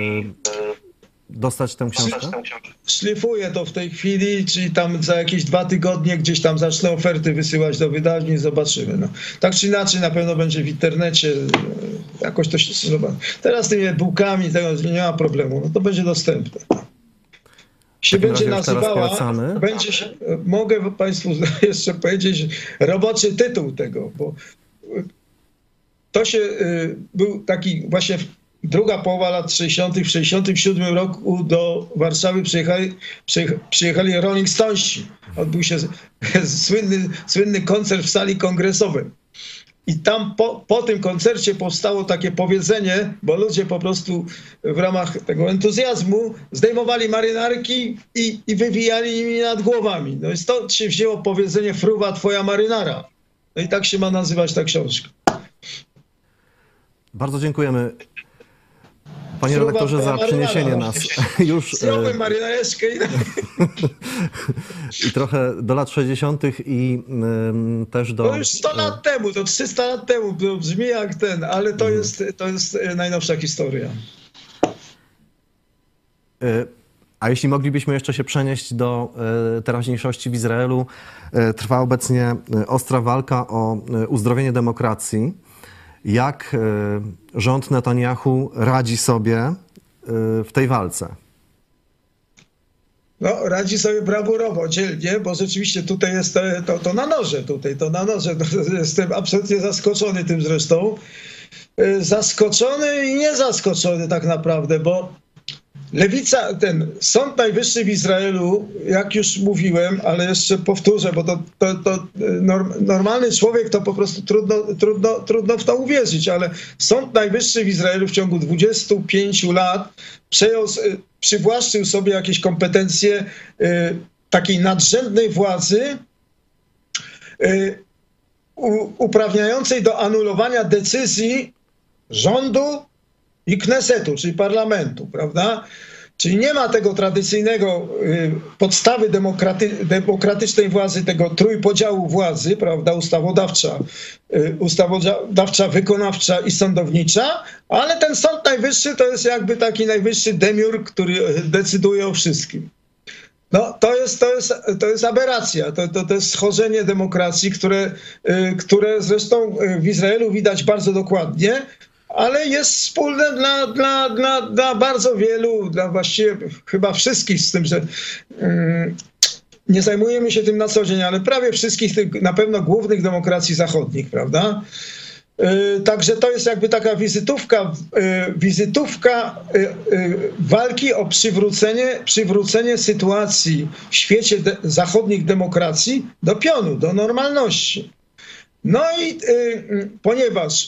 S2: dostać tę książkę?
S3: Szlifuję to w tej chwili, czyli tam za jakieś 2 tygodnie gdzieś tam zacznę oferty wysyłać do wydawni i zobaczymy. No. Tak czy inaczej na pewno będzie w internecie, jakoś to się zobaczy. Teraz z tymi e-bookami tego nie ma problemu, no to będzie dostępne. Się będzie nazywała, mogę Państwu jeszcze powiedzieć roboczy tytuł tego, bo to się był taki właśnie druga połowa lat 60. W 67 roku do Warszawy przyjechali Rolling Stonesi. Odbył się słynny koncert w sali kongresowej. I tam po tym koncercie powstało takie powiedzenie, bo ludzie po prostu w ramach tego entuzjazmu zdejmowali marynarki i wywijali nimi nad głowami. No i stąd się wzięło powiedzenie fruwa twoja marynara. No i tak się ma nazywać ta książka.
S2: Bardzo dziękujemy, panie redaktorze, za przyniesienie nas już i trochę do lat 60. i też do...
S3: To już 100 lat temu, to 300 lat temu, to brzmi jak ale to jest najnowsza historia.
S2: A jeśli moglibyśmy jeszcze się przenieść do teraźniejszości w Izraelu, trwa obecnie ostra walka o uzdrowienie demokracji. Jak rząd Netanyahu radzi sobie w tej walce?
S3: No, radzi sobie brawurowo, dzielnie, bo rzeczywiście tutaj jest to na noże, to na noże. Jestem absolutnie zaskoczony tym zresztą. Zaskoczony i nie zaskoczony tak naprawdę, bo lewica, ten Sąd Najwyższy w Izraelu, jak już mówiłem, ale jeszcze powtórzę, bo normalny człowiek to po prostu trudno w to uwierzyć, ale Sąd Najwyższy w Izraelu w ciągu 25 lat przywłaszczył sobie jakieś kompetencje takiej nadrzędnej władzy uprawniającej do anulowania decyzji rządu i Knesetu, czyli parlamentu, prawda? Czyli nie ma tego tradycyjnego podstawy demokratycznej władzy, tego trójpodziału władzy, prawda? Ustawodawcza, wykonawcza i sądownicza, ale ten Sąd Najwyższy to jest jakby taki najwyższy demiurg, który decyduje o wszystkim. No, to jest aberracja, to jest schorzenie demokracji, które zresztą w Izraelu widać bardzo dokładnie, ale jest wspólne dla bardzo wielu, dla właściwie chyba wszystkich, z tym, że nie zajmujemy się tym na co dzień, ale prawie wszystkich tych na pewno głównych demokracji zachodnich, prawda? Także to jest jakby taka wizytówka walki o przywrócenie sytuacji w świecie zachodnich demokracji do pionu, do normalności. No i ponieważ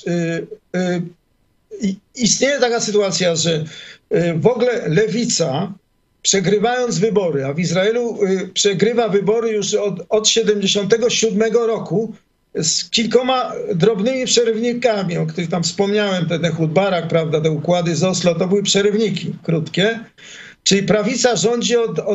S3: istnieje taka sytuacja, że w ogóle lewica, przegrywając wybory, a w Izraelu przegrywa wybory już od 77 roku, z kilkoma drobnymi przerywnikami, o których tam wspomniałem, ten Ehud Barak, prawda, te układy z Oslo, to były przerywniki krótkie. Czyli prawica rządzi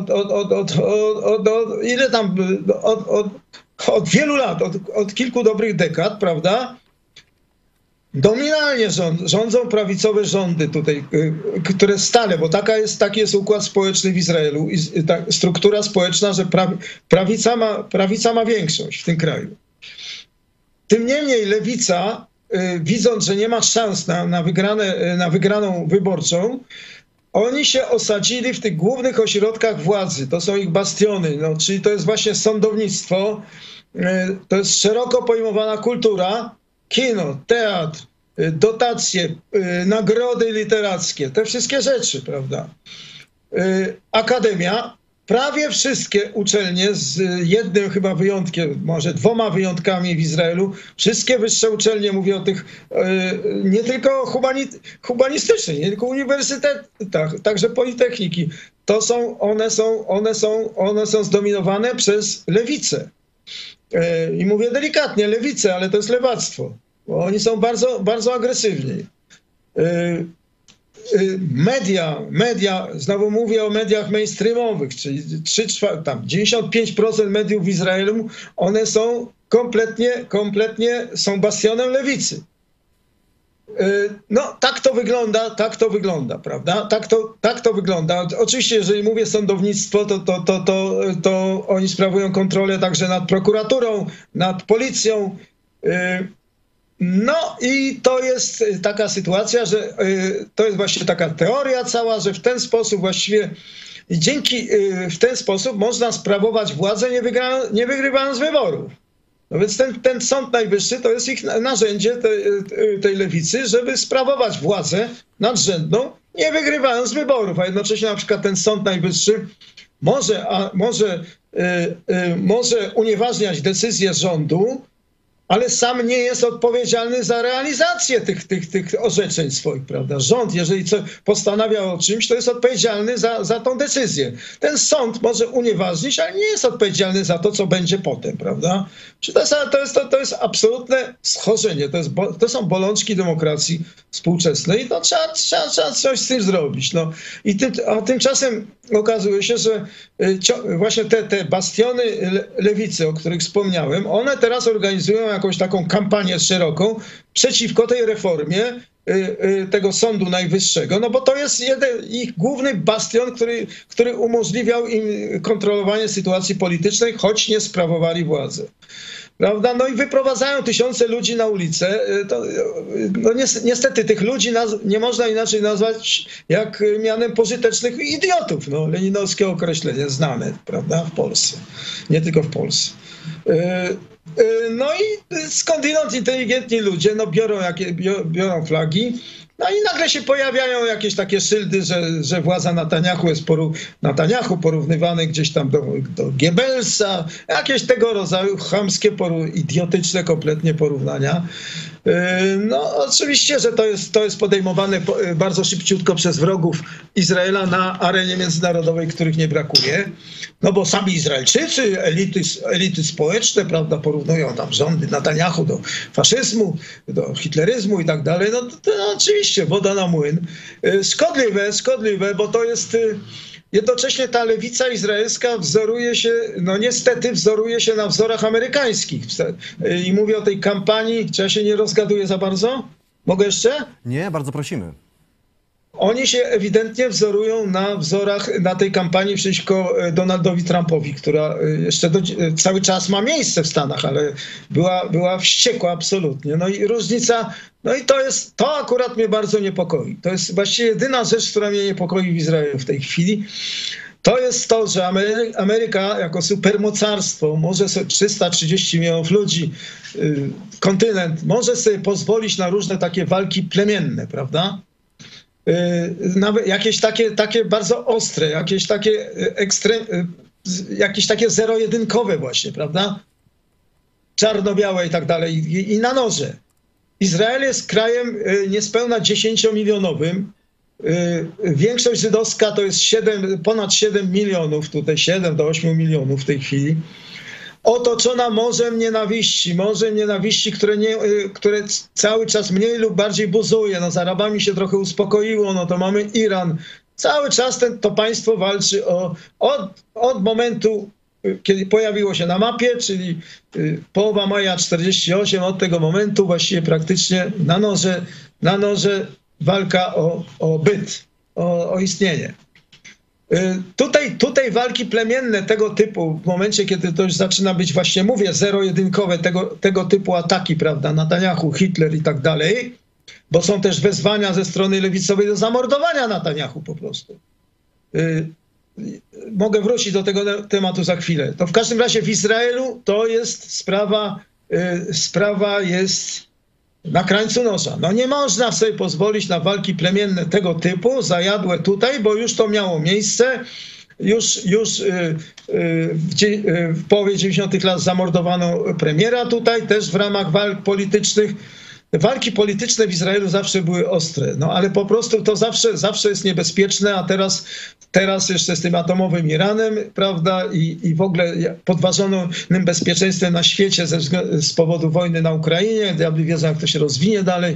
S3: od wielu lat, od kilku dobrych dekad, prawda? Dominalnie rządzą prawicowe rządy tutaj, które stale, bo taki jest układ społeczny w Izraelu, struktura społeczna, że prawica ma większość w tym kraju. Tym niemniej lewica, widząc, że nie ma szans na wygraną wyborczą, oni się osadzili w tych głównych ośrodkach władzy. To są ich bastiony, no, czyli to jest właśnie sądownictwo, to jest szeroko pojmowana kultura, kino, teatr, dotacje, nagrody literackie, te wszystkie rzeczy, prawda? Akademia. Prawie wszystkie uczelnie, z jednym chyba wyjątkiem, może dwoma wyjątkami w Izraelu, wszystkie wyższe uczelnie, mówię o tych nie tylko humanistycznych, nie tylko uniwersytetach, także politechniki, one są zdominowane przez lewicę. I mówię delikatnie lewicę, ale to jest lewactwo, bo oni są bardzo, bardzo agresywni. Media, znowu mówię o mediach mainstreamowych, czyli 95% mediów w Izraelu, one są kompletnie są bastionem lewicy. No, tak to wygląda, prawda? Tak to wygląda. Oczywiście, jeżeli mówię sądownictwo, to oni sprawują kontrolę także nad prokuraturą, nad policją. No i to jest taka sytuacja, że to jest właśnie taka teoria cała, że w ten sposób właściwie w ten sposób można sprawować władzę nie wygrywając wyborów. No więc ten Sąd Najwyższy to jest ich narzędzie tej lewicy, żeby sprawować władzę nadrzędną, nie wygrywając wyborów, a jednocześnie na przykład ten Sąd Najwyższy może unieważniać decyzje rządu, ale sam nie jest odpowiedzialny za realizację tych orzeczeń swoich, prawda? Rząd, jeżeli postanawia o czymś, to jest odpowiedzialny za tą decyzję. Ten sąd może unieważnić, ale nie jest odpowiedzialny za to, co będzie potem, prawda? To jest absolutne schorzenie, to są bolączki demokracji współczesnej i to trzeba coś z tym zrobić. No. A tymczasem okazuje się, że właśnie te bastiony lewicy, o których wspomniałem, one teraz organizują jakąś taką kampanię szeroką przeciwko tej reformie tego Sądu Najwyższego, no bo to jest ich główny bastion, który umożliwiał im kontrolowanie sytuacji politycznej, choć nie sprawowali władzy. Prawda? No i wyprowadzają tysiące ludzi na ulicę. No niestety tych ludzi nie można inaczej nazwać jak mianem pożytecznych idiotów. No, leninowskie określenie znane, prawda, w Polsce. Nie tylko w Polsce. No i skądinąd inteligentni ludzie no biorą flagi, no i nagle się pojawiają jakieś takie szyldy, że władza Netanyahu porównywany gdzieś tam do Goebbelsa, jakieś tego rodzaju chamskie, idiotyczne kompletnie porównania. No oczywiście, że to jest podejmowane bardzo szybciutko przez wrogów Izraela na arenie międzynarodowej, których nie brakuje. No bo sami Izraelczycy, elity społeczne, prawda, porównują tam rządy Netanyahu do faszyzmu, do hitleryzmu i tak dalej. No to oczywiście woda na młyn. Szkodliwe, bo to jest... Jednocześnie ta lewica izraelska niestety wzoruje się na wzorach amerykańskich. I mówię o tej kampanii, czy ja się nie rozgaduję za bardzo? Mogę jeszcze?
S2: Nie, bardzo prosimy.
S3: Oni się ewidentnie wzorują na tej kampanii przeciwko Donaldowi Trumpowi, która jeszcze cały czas ma miejsce w Stanach, ale była wściekła absolutnie. No i różnica, no i to akurat mnie bardzo niepokoi. To jest właściwie jedyna rzecz, która mnie niepokoi w Izraelu w tej chwili. To jest to, że Ameryka jako supermocarstwo może sobie 330 milionów ludzi, kontynent, może sobie pozwolić na różne takie walki plemienne, prawda? Nawet jakieś takie bardzo ostre, jakieś takie zero-jedynkowe właśnie, prawda? Czarno-białe i tak dalej, i na noże. Izrael jest krajem niespełna 10-milionowym. Większość żydowska to jest ponad 7 milionów, tutaj 7 do 8 milionów w tej chwili. Otoczona morzem nienawiści, które cały czas mniej lub bardziej buzuje. No z Arabami się trochę uspokoiło, no to mamy Iran. Cały czas to państwo walczy od momentu, kiedy pojawiło się na mapie, czyli połowa maja 1948, od tego momentu właściwie praktycznie na noże walka o byt, o istnienie. Tutaj walki plemienne tego typu, w momencie, kiedy to już zaczyna być właśnie, mówię, zero-jedynkowe, tego typu ataki, prawda, Netanyahu, Hitler i tak dalej, bo są też wezwania ze strony lewicowej do zamordowania Netanyahu po prostu. Mogę wrócić do tego tematu za chwilę. To w każdym razie w Izraelu to jest sprawa jest na krańcu noża. No nie można sobie pozwolić na walki plemienne tego typu, zajadłe tutaj, bo już to miało miejsce. Już w połowie 90. lat zamordowano premiera tutaj, też w ramach walk politycznych. Walki polityczne w Izraelu zawsze były ostre, no ale po prostu to zawsze jest niebezpieczne, a teraz jeszcze z tym atomowym Iranem, prawda, i w ogóle podważonym bezpieczeństwem na świecie z powodu wojny na Ukrainie, diabli wiedzą, jak to się rozwinie dalej.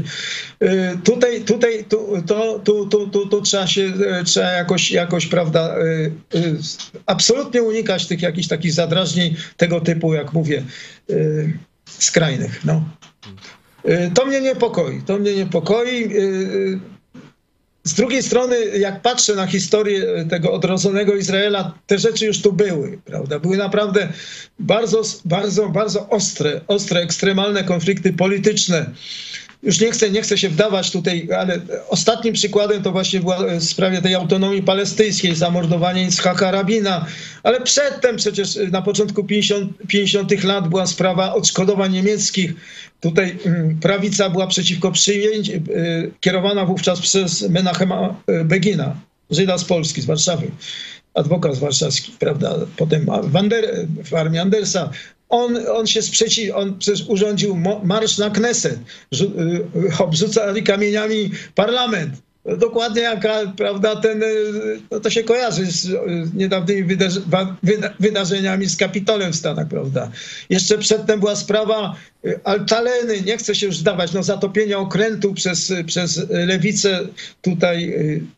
S3: Tu trzeba jakoś, prawda, absolutnie unikać tych jakichś takich zadrażnień tego typu, jak mówię, skrajnych, no. To mnie niepokoi. Z drugiej strony, jak patrzę na historię tego odrodzonego Izraela, te rzeczy już tu były, prawda? Były naprawdę bardzo ostre, ekstremalne konflikty polityczne. Już nie chcę się wdawać tutaj, ale ostatnim przykładem to właśnie była w sprawie tej autonomii palestyńskiej, zamordowanie Itzhaka Rabina, ale przedtem przecież na początku 50. lat była sprawa odszkodowań niemieckich. Tutaj prawica była przeciwko przyjęć, kierowana wówczas przez Menachema Begina, Żyda z Polski, z Warszawy, adwokat warszawski, prawda, potem w armii Andersa. On się sprzeciwił, on przecież urządził marsz na Kneset, obrzucali kamieniami parlament. Dokładnie jak, prawda, to się kojarzy z niedawnymi wydarzeniami z Kapitolem w Stanach, prawda. Jeszcze przedtem była sprawa Altaleny, nie chcę się już zdawać, no zatopienia okrętu przez lewicę tutaj.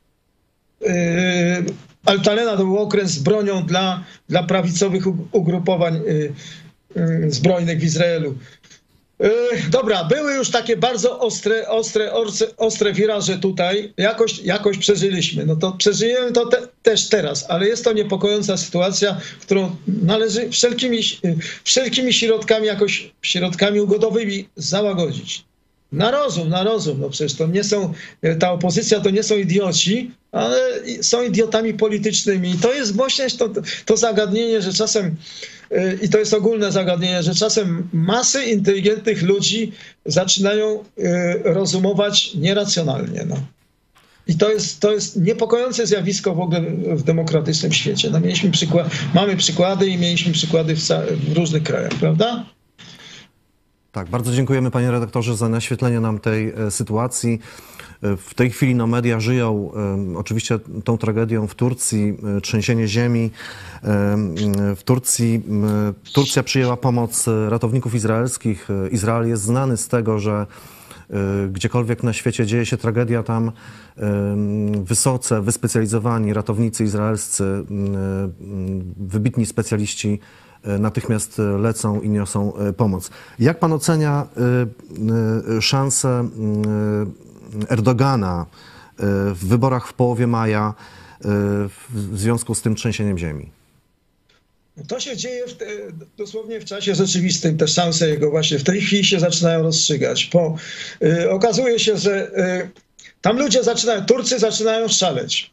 S3: Altalena to był okręt z bronią dla prawicowych ugrupowań zbrojnych w Izraelu. Dobra, były już takie bardzo ostre wiraże tutaj. Jakoś przeżyliśmy. No to przeżyjemy to też teraz, ale jest to niepokojąca sytuacja, którą należy wszelkimi środkami ugodowymi załagodzić. Na rozum. No przecież to nie są, ta opozycja to nie są idioci, ale są idiotami politycznymi. I to jest właśnie to zagadnienie, że czasem, i to jest ogólne zagadnienie, że czasem masy inteligentnych ludzi zaczynają rozumować nieracjonalnie. No. I to jest niepokojące zjawisko w ogóle w demokratycznym świecie. No, mamy przykłady i mieliśmy przykłady w różnych krajach, prawda?
S2: Tak, bardzo dziękujemy panie redaktorze za naświetlenie nam tej sytuacji. W tej chwili media żyją oczywiście tą tragedią w Turcji, trzęsienie ziemi. W Turcji Turcja przyjęła pomoc ratowników izraelskich. Izrael jest znany z tego, że gdziekolwiek na świecie dzieje się tragedia, tam wysoce wyspecjalizowani ratownicy izraelscy, wybitni specjaliści natychmiast lecą i niosą pomoc. Jak pan ocenia szanse Erdogana w wyborach w połowie maja w związku z tym trzęsieniem ziemi?
S3: To się dzieje dosłownie w czasie rzeczywistym. Te szanse jego właśnie w tej chwili się zaczynają rozstrzygać. Okazuje się, że tam Turcy zaczynają szaleć.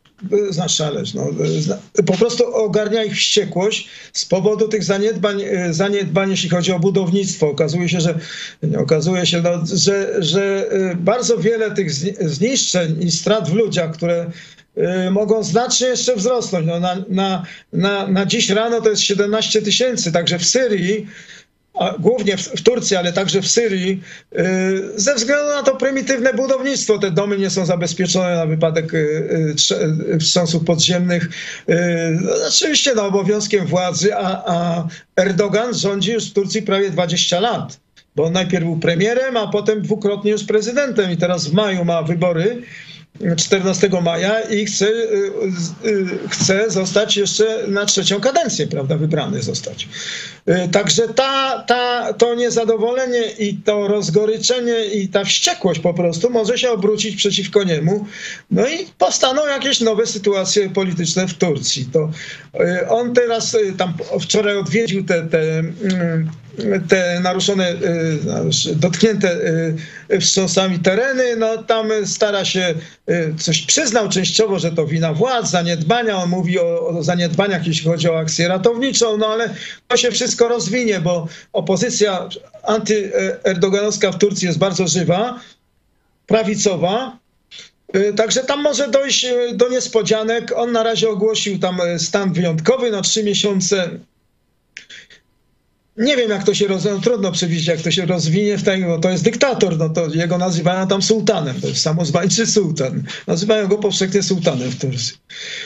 S3: Po prostu ogarnia ich wściekłość z powodu tych zaniedbań, jeśli chodzi o budownictwo. Okazuje się, że bardzo wiele tych zniszczeń i strat w ludziach, które mogą znacznie jeszcze wzrosnąć. Na dziś rano to jest 17 000, także w Syrii, głównie w Turcji, ale także w Syrii, ze względu na to prymitywne budownictwo. Te domy nie są zabezpieczone na wypadek wstrząsów podziemnych. Oczywiście obowiązkiem władzy, a Erdogan rządzi już w Turcji prawie 20 lat. Bo on najpierw był premierem, a potem dwukrotnie już prezydentem i teraz w maju ma wybory. 14 maja i chce zostać jeszcze na 3. kadencję, prawda, wybrany zostać. Także to niezadowolenie i to rozgoryczenie i ta wściekłość po prostu może się obrócić przeciwko niemu. No i powstaną jakieś nowe sytuacje polityczne w Turcji. To on teraz tam wczoraj odwiedził te naruszone, dotknięte wstrząsami tereny, no tam stara się, coś przyznał częściowo, że to wina władz, zaniedbania, on mówi o zaniedbaniach, jeśli chodzi o akcję ratowniczą, no ale to się wszystko rozwinie, bo opozycja antyerdoganowska w Turcji jest bardzo żywa, prawicowa, także tam może dojść do niespodzianek. On na razie ogłosił tam stan wyjątkowy na 3 miesiące. Nie wiem, jak to się rozwinie, trudno przewidzieć, jak to się rozwinie, bo to jest dyktator, no to jego nazywają tam sułtanem, to jest samozwańczy sułtan. Nazywają go powszechnie sułtanem w Turcji.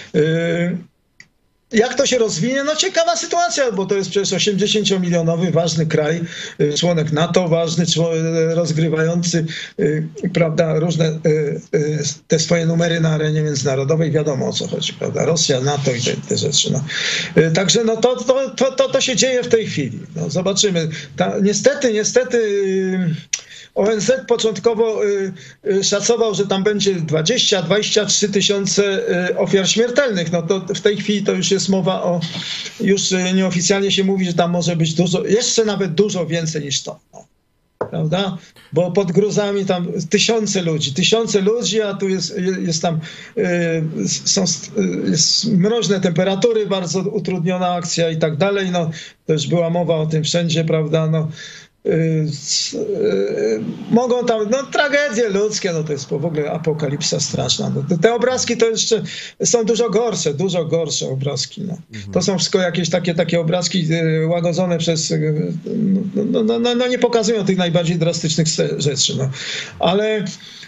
S3: Jak to się rozwinie? No ciekawa sytuacja, bo to jest przecież 80-milionowy, ważny kraj, członek NATO, ważny, rozgrywający, prawda, różne te swoje numery na arenie międzynarodowej, wiadomo o co chodzi, prawda, Rosja, NATO i te rzeczy. No. Także no to się dzieje w tej chwili. No, zobaczymy. Niestety ONZ początkowo szacował, że tam będzie 20-23 tysiące ofiar śmiertelnych. No to w tej chwili to już jest mowa o, już nieoficjalnie się mówi, że tam może być dużo, jeszcze nawet dużo więcej niż to. No. Prawda? Bo pod gruzami tam tysiące ludzi, a tu jest tam jest mroźne temperatury, bardzo utrudniona akcja i tak dalej. No, to już była mowa o tym wszędzie, prawda? No, mogą tam, no tragedie ludzkie, no to jest w ogóle apokalipsa straszna. No, te obrazki to jeszcze są dużo gorsze obrazki. No. To są wszystko jakieś takie obrazki łagodzone przez, no nie pokazują tych najbardziej drastycznych rzeczy. No. Ale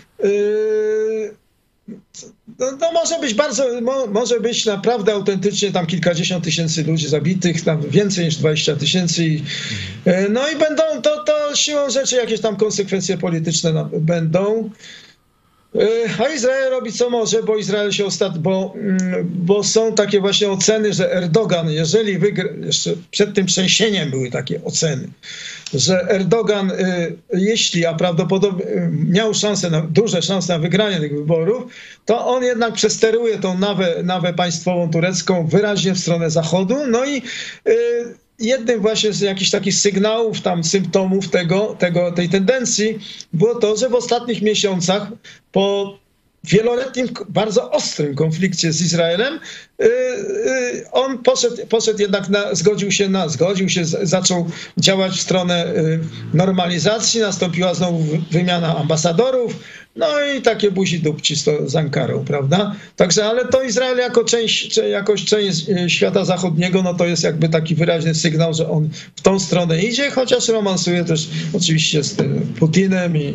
S3: no może być naprawdę autentycznie tam kilkadziesiąt tysięcy ludzi zabitych, tam więcej niż 20 000. No i będą to siłą rzeczy jakieś tam konsekwencje polityczne będą. A Izrael robi co może, bo Izrael się bo są takie właśnie oceny, że Erdogan, jeżeli wygra, jeszcze przed tym trzęsieniem były takie oceny, że Erdogan, jeśli, a prawdopodobnie miał duże szanse na wygranie tych wyborów, to on jednak przesteruje tą nawę państwową turecką wyraźnie w stronę zachodu. No i jednym właśnie z jakichś takich sygnałów, tam symptomów tej tendencji było to, że w ostatnich miesiącach po wieloletnim, bardzo ostrym konflikcie z Izraelem, on poszedł jednak, zaczął działać w stronę normalizacji, nastąpiła znowu wymiana ambasadorów, no i takie buzi-dupci z Ankarą, prawda? Także, ale to Izrael jako część świata zachodniego, no to jest jakby taki wyraźny sygnał, że on w tą stronę idzie, chociaż romansuje też oczywiście z Putinem i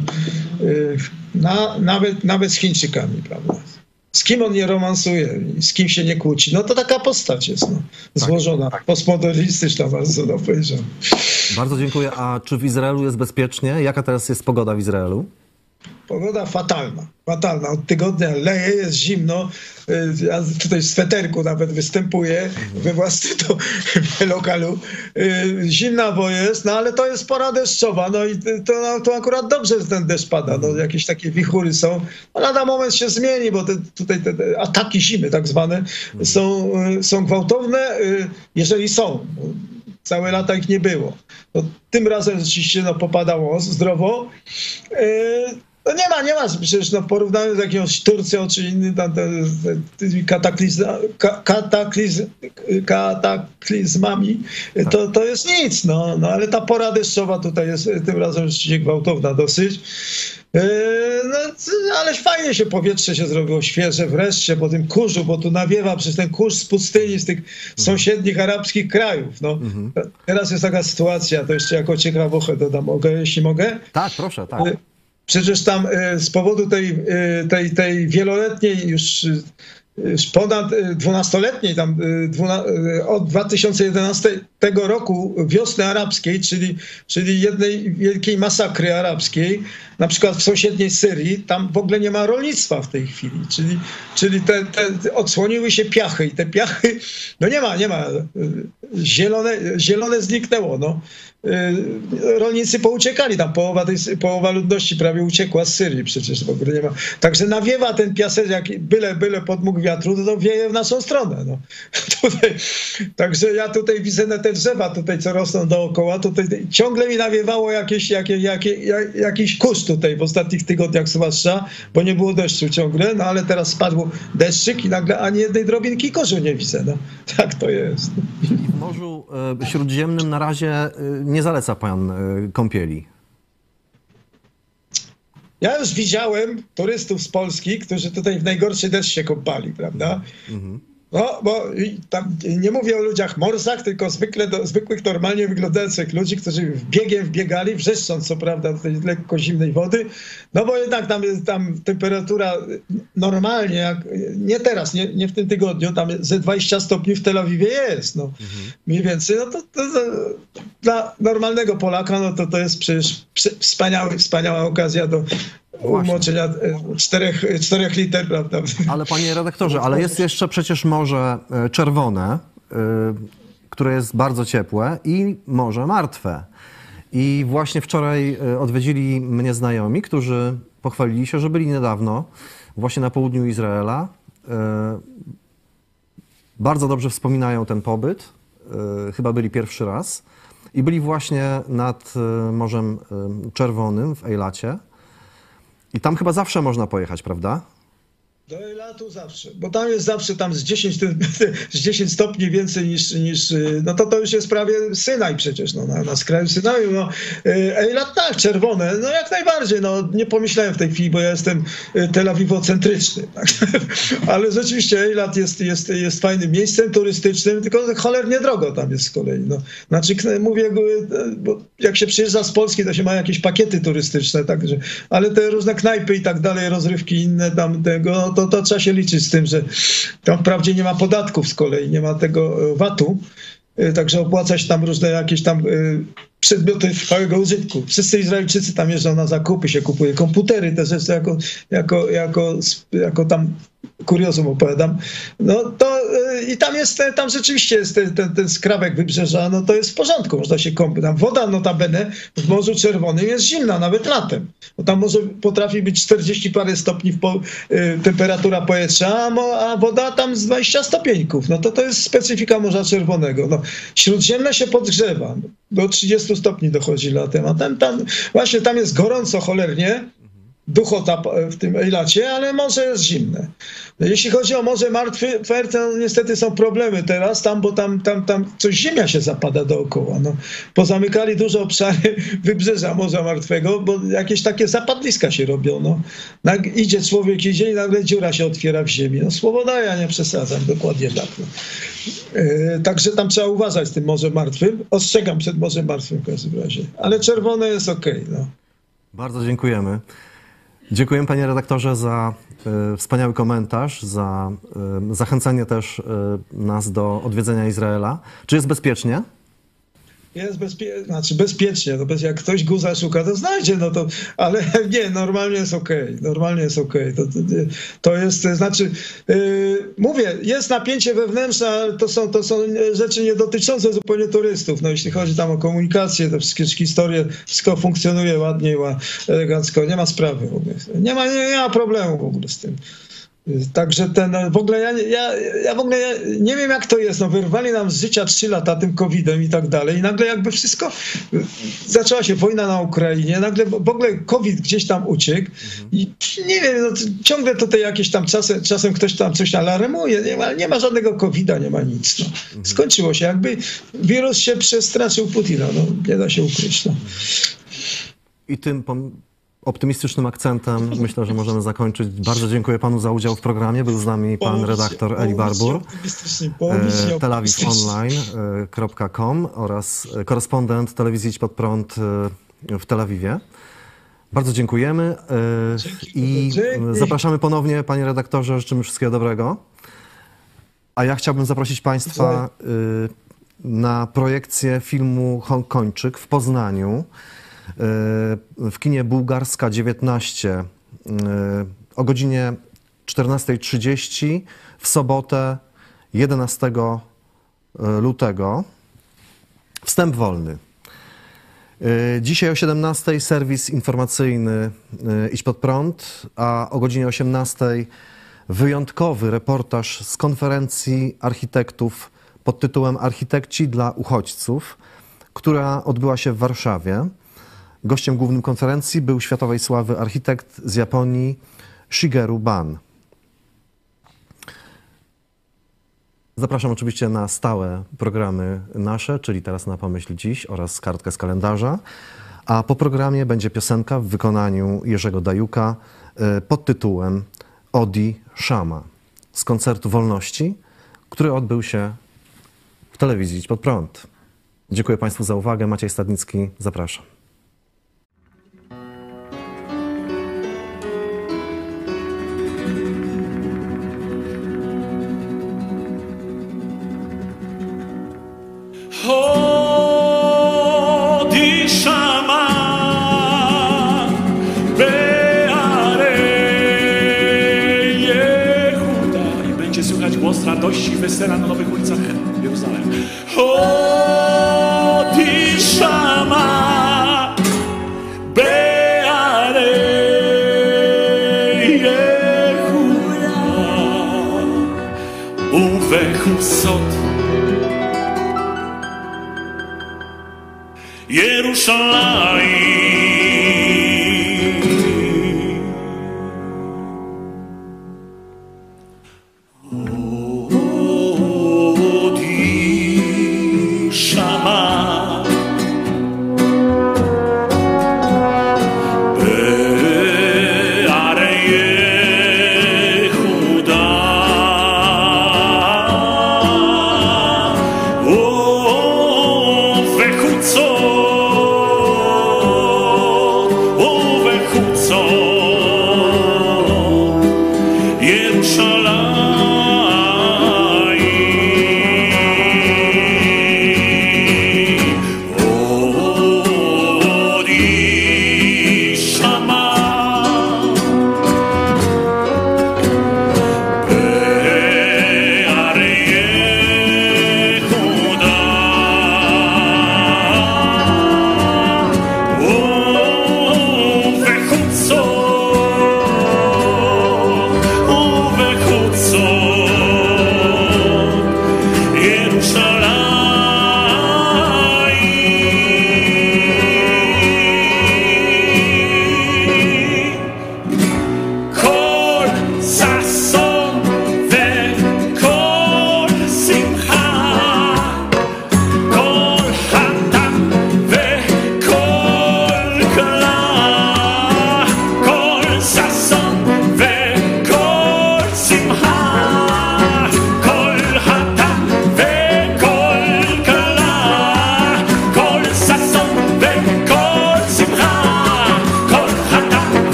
S3: nawet z Chińczykami, prawda? Z kim on nie romansuje i z kim się nie kłóci? No to taka postać jest, no, złożona, postmodernistyczna bardzo, no powiedziałem.
S2: Bardzo dziękuję. A czy w Izraelu jest bezpiecznie? Jaka teraz jest pogoda w Izraelu?
S3: Pogoda fatalna. Od tygodnia leje, jest zimno. Ja tutaj w sweterku nawet występuję we własnym lokalu. Zimnawo jest, no ale to jest pora deszczowa. No i to akurat dobrze, że ten deszcz pada. No, jakieś takie wichury są. No, lada moment się zmieni, bo tutaj te ataki zimy tak zwane są gwałtowne, jeżeli są. Całe lata ich nie było. No, tym razem rzeczywiście popadało zdrowo. No nie ma, przecież porównaniu z jakąś Turcją czy innymi kataklizmami, to jest nic, no ale ta pora deszczowa tutaj jest tym razem rzeczywiście gwałtowna dosyć. No, ale fajnie się powietrze się zrobiło świeże wreszcie po tym kurzu, bo tu nawiewa przez ten kurz z pustyni, z tych sąsiednich arabskich krajów. No. Teraz jest taka sytuacja, to jeszcze jako ciekawostkę dodam, jeśli mogę?
S2: Tak, proszę, tak.
S3: Przecież tam z powodu tej wieloletniej już ponad 12-letniej, od 2011 roku wiosny arabskiej, czyli jednej wielkiej masakry arabskiej, na przykład w sąsiedniej Syrii, tam w ogóle nie ma rolnictwa w tej chwili, czyli te odsłoniły się piachy i te piachy, no nie ma, zielone zniknęło, no. Rolnicy pouciekali, tam połowa ludności prawie uciekła z Syrii, przecież w ogóle nie ma. Także nawiewa ten piasek, jak byle podmuch wiatru, to wieje w naszą stronę. No. Także ja tutaj widzę te drzewa tutaj, co rosną dookoła, tutaj ciągle mi nawiewało jakiś kurz tutaj w ostatnich tygodniach, zwłaszcza, bo nie było deszczu ciągle, no ale teraz spadł deszczyk i nagle ani jednej drobinki kurzu nie widzę. No. Tak to jest.
S2: Czyli w Morzu Śródziemnym na razie nie zaleca pan kąpieli?
S3: Ja już widziałem turystów z Polski, którzy tutaj w najgorszy deszcz się kąpali, prawda? No, bo tam nie mówię o ludziach morsach, tylko zwykłych, normalnie wyglądających ludzi, którzy biegiem wbiegali, wrzeszcząc co prawda do tej lekko zimnej wody, no bo jednak tam temperatura normalnie, nie teraz, nie w tym tygodniu, tam ze 20 stopni w Tel Awiwie jest, no. Mniej więcej, no to dla normalnego Polaka, no to jest przecież wspaniała okazja do umoczenia 4 liter, prawda?
S2: Ale panie redaktorze, ale jest jeszcze przecież Morze Czerwone, które jest bardzo ciepłe, i Morze Martwe. I właśnie wczoraj odwiedzili mnie znajomi, którzy pochwalili się, że byli niedawno właśnie na południu Izraela. Bardzo dobrze wspominają ten pobyt. Chyba byli pierwszy raz. I byli właśnie nad Morzem Czerwonym w Ejlacie. I tam chyba zawsze można pojechać, prawda?
S3: Do Eilatu zawsze, bo tam jest zawsze z 10 stopni więcej niż no to już jest prawie Synaj przecież, no, na skraju Synaju. No. Eilat tak, czerwone, no jak najbardziej, no nie pomyślałem w tej chwili, bo ja jestem Tel Awiwocentryczny, tak? Ale rzeczywiście Eilat jest fajnym miejscem turystycznym, tylko cholernie drogo tam jest z kolei. No. Znaczy mówię, bo jak się przyjeżdża z Polski, to się ma jakieś pakiety turystyczne, także, ale te różne knajpy i tak dalej, rozrywki inne tam tego, to trzeba się liczyć z tym, że tam wprawdzie nie ma podatków z kolei, nie ma tego VAT-u, także opłacać tam różne jakieś tam przedmioty trwałego użytku. Wszyscy Izraelczycy tam jeżdżą na zakupy, się kupuje komputery, te rzeczy jako tam kuriozum opowiadam. No to i tam rzeczywiście jest ten skrawek wybrzeża, no to jest w porządku, można się kąpać. Tam woda notabene w Morzu Czerwonym jest zimna, nawet latem. Bo tam potrafi być 40 parę stopni temperatura powietrza, a woda tam z 20 stopieńków. No to jest specyfika Morza Czerwonego. No, Śródziemne się podgrzewa, do 30 stopni dochodzi latem, a właśnie tam jest gorąco cholernie, duchota w tym Ejlacie, ale morze jest zimne. Jeśli chodzi o Morze Martwe, to niestety są problemy teraz, bo tam coś ziemia się zapada dookoła. No, pozamykali duże obszary wybrzeża Morza Martwego, bo jakieś takie zapadliska się robią. No. Idzie człowiek, i nagle dziura się otwiera w ziemi. No, słowo daję, ja nie przesadzam, dokładnie tak. No. Także tam trzeba uważać z tym Morzem Martwym. Ostrzegam przed Morzem Martwym w każdym razie. Ale czerwone jest okej. No.
S2: Bardzo dziękujemy. Dziękujemy, panie redaktorze, za wspaniały komentarz, za zachęcenie też nas do odwiedzenia Izraela. Czy jest bezpiecznie?
S3: Jest bezpiecznie, no jak ktoś guza szuka, to znajdzie, no to, ale nie, normalnie jest okej. Normalnie jest okej. To jest, znaczy, mówię, jest napięcie wewnętrzne, ale to są rzeczy nie dotyczące zupełnie turystów. No jeśli chodzi tam o komunikację, te wszystkie historie, wszystko funkcjonuje ładnie, elegancko, nie ma sprawy w ogóle. Nie ma problemu w ogóle z tym. Także w ogóle ja w ogóle nie wiem, jak to jest. No, wyrwali nam z życia 3 lata tym COVID-em i tak dalej. I nagle jakby wszystko, zaczęła się wojna na Ukrainie, nagle w ogóle COVID gdzieś tam uciekł. I nie wiem, no, ciągle tutaj jakieś tam czasem ktoś tam coś alarmuje. Nie ma żadnego COVID-a, nie ma nic. No. Skończyło się. Jakby wirus się przestraszył Putina. No, nie da się ukryć. No.
S2: I tym optymistycznym akcentem myślę, że możemy zakończyć. Bardzo dziękuję panu za udział w programie. Był z nami pan redaktor Eli Barbur, telawifonline.com oraz korespondent telewizji Idź Pod Prąd w Tel Awiwie. Bardzo dziękujemy i zapraszamy ponownie, panie redaktorze. Życzymy wszystkiego dobrego. A ja chciałbym zaprosić państwa na projekcję filmu Hongkończyk w Poznaniu. W kinie Bułgarska 19 o godzinie 14:30 w sobotę 11 lutego. Wstęp wolny. Dzisiaj o 17 serwis informacyjny Idź Pod Prąd, a o godzinie 18 wyjątkowy reportaż z konferencji architektów pod tytułem Architekci dla uchodźców, która odbyła się w Warszawie. Gościem głównym konferencji był światowej sławy architekt z Japonii Shigeru Ban. Zapraszam oczywiście na stałe programy nasze, czyli Teraz na Pomyśl Dziś oraz kartkę z kalendarza. A po programie będzie piosenka w wykonaniu Jerzego Dajuka pod tytułem Odi Shama z koncertu Wolności, który odbył się w telewizji Idź Pod Prąd. Dziękuję państwu za uwagę. Maciej Stadnicki, zapraszam.
S4: Odi Shama Be'arei Yehuda. I będzie słychać głos radości i wesela na nowych ulicach Jeruzalem. Odi Shama Be'arei Yehuda Uvechusot Yerushalayim. Odi Shama Be'arei Yehuda Yerushalayim.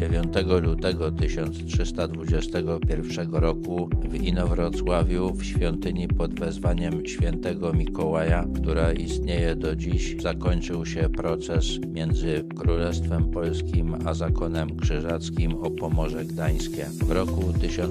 S5: 9 lutego 1321 roku w Inowrocławiu w świątyni pod wezwaniem świętego Mikołaja, która istnieje do dziś, zakończył się proces między Królestwem Polskim a Zakonem Krzyżackim o Pomorze Gdańskie. W roku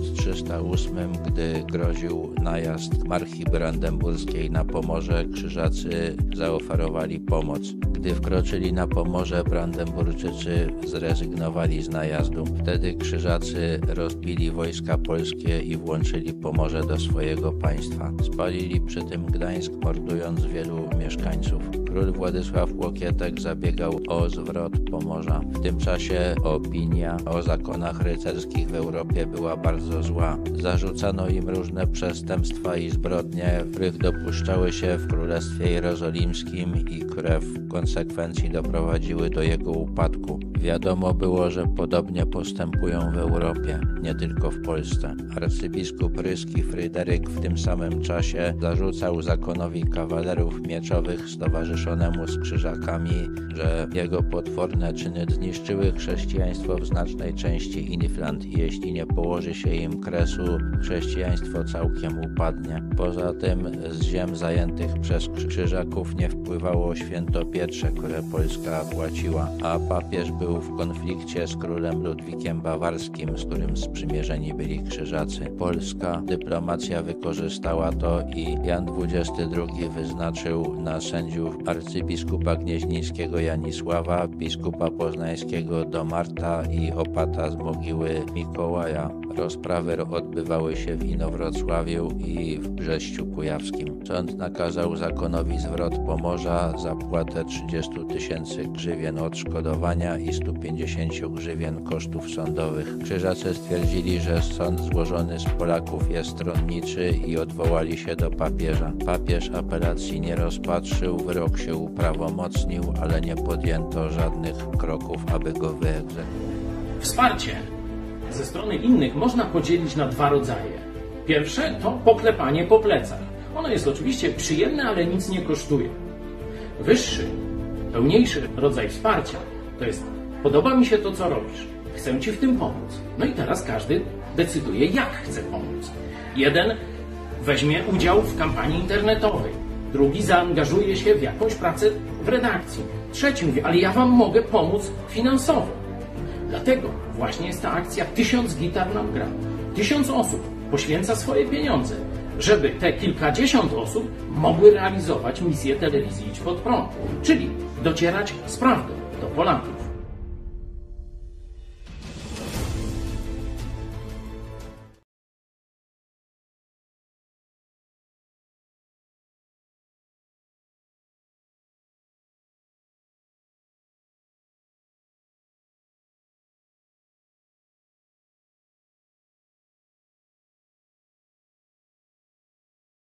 S5: 1308, gdy groził najazd Marchi Brandenburskiej na Pomorze, Krzyżacy zaoferowali pomoc. Gdy wkroczyli na Pomorze, Brandenburczycy zrezygnowali z najazdu. Wtedy Krzyżacy rozbili wojska polskie i włączyli Pomorze do swojego państwa. Spalili przy tym Gdańsk, mordując wielu mieszkańców. Król Władysław Łokietek zabiegał o zwrot Pomorza. W tym czasie opinia o zakonach rycerskich w Europie była bardzo zła. Zarzucano im różne przestępstwa i zbrodnie, których dopuszczały się w Królestwie Jerozolimskim i które w konsekwencji doprowadziły do jego upadku. Wiadomo było, że podobnie postępują w Europie, nie tylko w Polsce. Arcybiskup ryski Fryderyk w tym samym czasie zarzucał zakonowi kawalerów mieczowych stowarzyszonemu z Krzyżakami, że jego potworne czyny zniszczyły chrześcijaństwo w znacznej części Inflant i jeśli nie położy się im kresu, chrześcijaństwo całkiem upadnie. Poza tym z ziem zajętych przez Krzyżaków nie wpływało święto Pietrze, które Polska płaciła, a papież był w konflikcie z królem Ludwikiem Bawarskim, z którym sprzymierzeni byli Krzyżacy. Polska dyplomacja wykorzystała to i Jan XXII wyznaczył na sędziów arcybiskupa gnieźnieńskiego Janisława, biskupa poznańskiego Domarta i opata z mogiły Mikołaja. Rozprawy odbywały się w Inowrocławiu i w Brześciu Kujawskim. Sąd nakazał zakonowi zwrot Pomorza, zapłatę 30 000 grzywien odszkodowania i 150 grzywien kosztów sądowych. Krzyżacy stwierdzili, że sąd złożony z Polaków jest stronniczy i odwołali się do papieża. Papież apelacji nie rozpatrzył, wyrok się uprawomocnił, ale nie podjęto żadnych kroków, aby go wyegzekwować.
S1: Wsparcie ze strony innych można podzielić na dwa rodzaje. Pierwsze to poklepanie po plecach. Ono jest oczywiście przyjemne, ale nic nie kosztuje. Wyższy, pełniejszy rodzaj wsparcia to jest: podoba mi się to, co robisz, chcę Ci w tym pomóc. No i teraz każdy decyduje, jak chce pomóc. Jeden weźmie udział w kampanii internetowej, drugi zaangażuje się w jakąś pracę w redakcji, trzeci mówi: ale ja Wam mogę pomóc finansowo. Dlatego właśnie jest ta akcja 1000 gitar nam gra. 1000 osób poświęca swoje pieniądze, żeby te kilkadziesiąt osób mogły realizować misję telewizji Idź Pod Prąd, czyli docierać z prawdą do Polaków.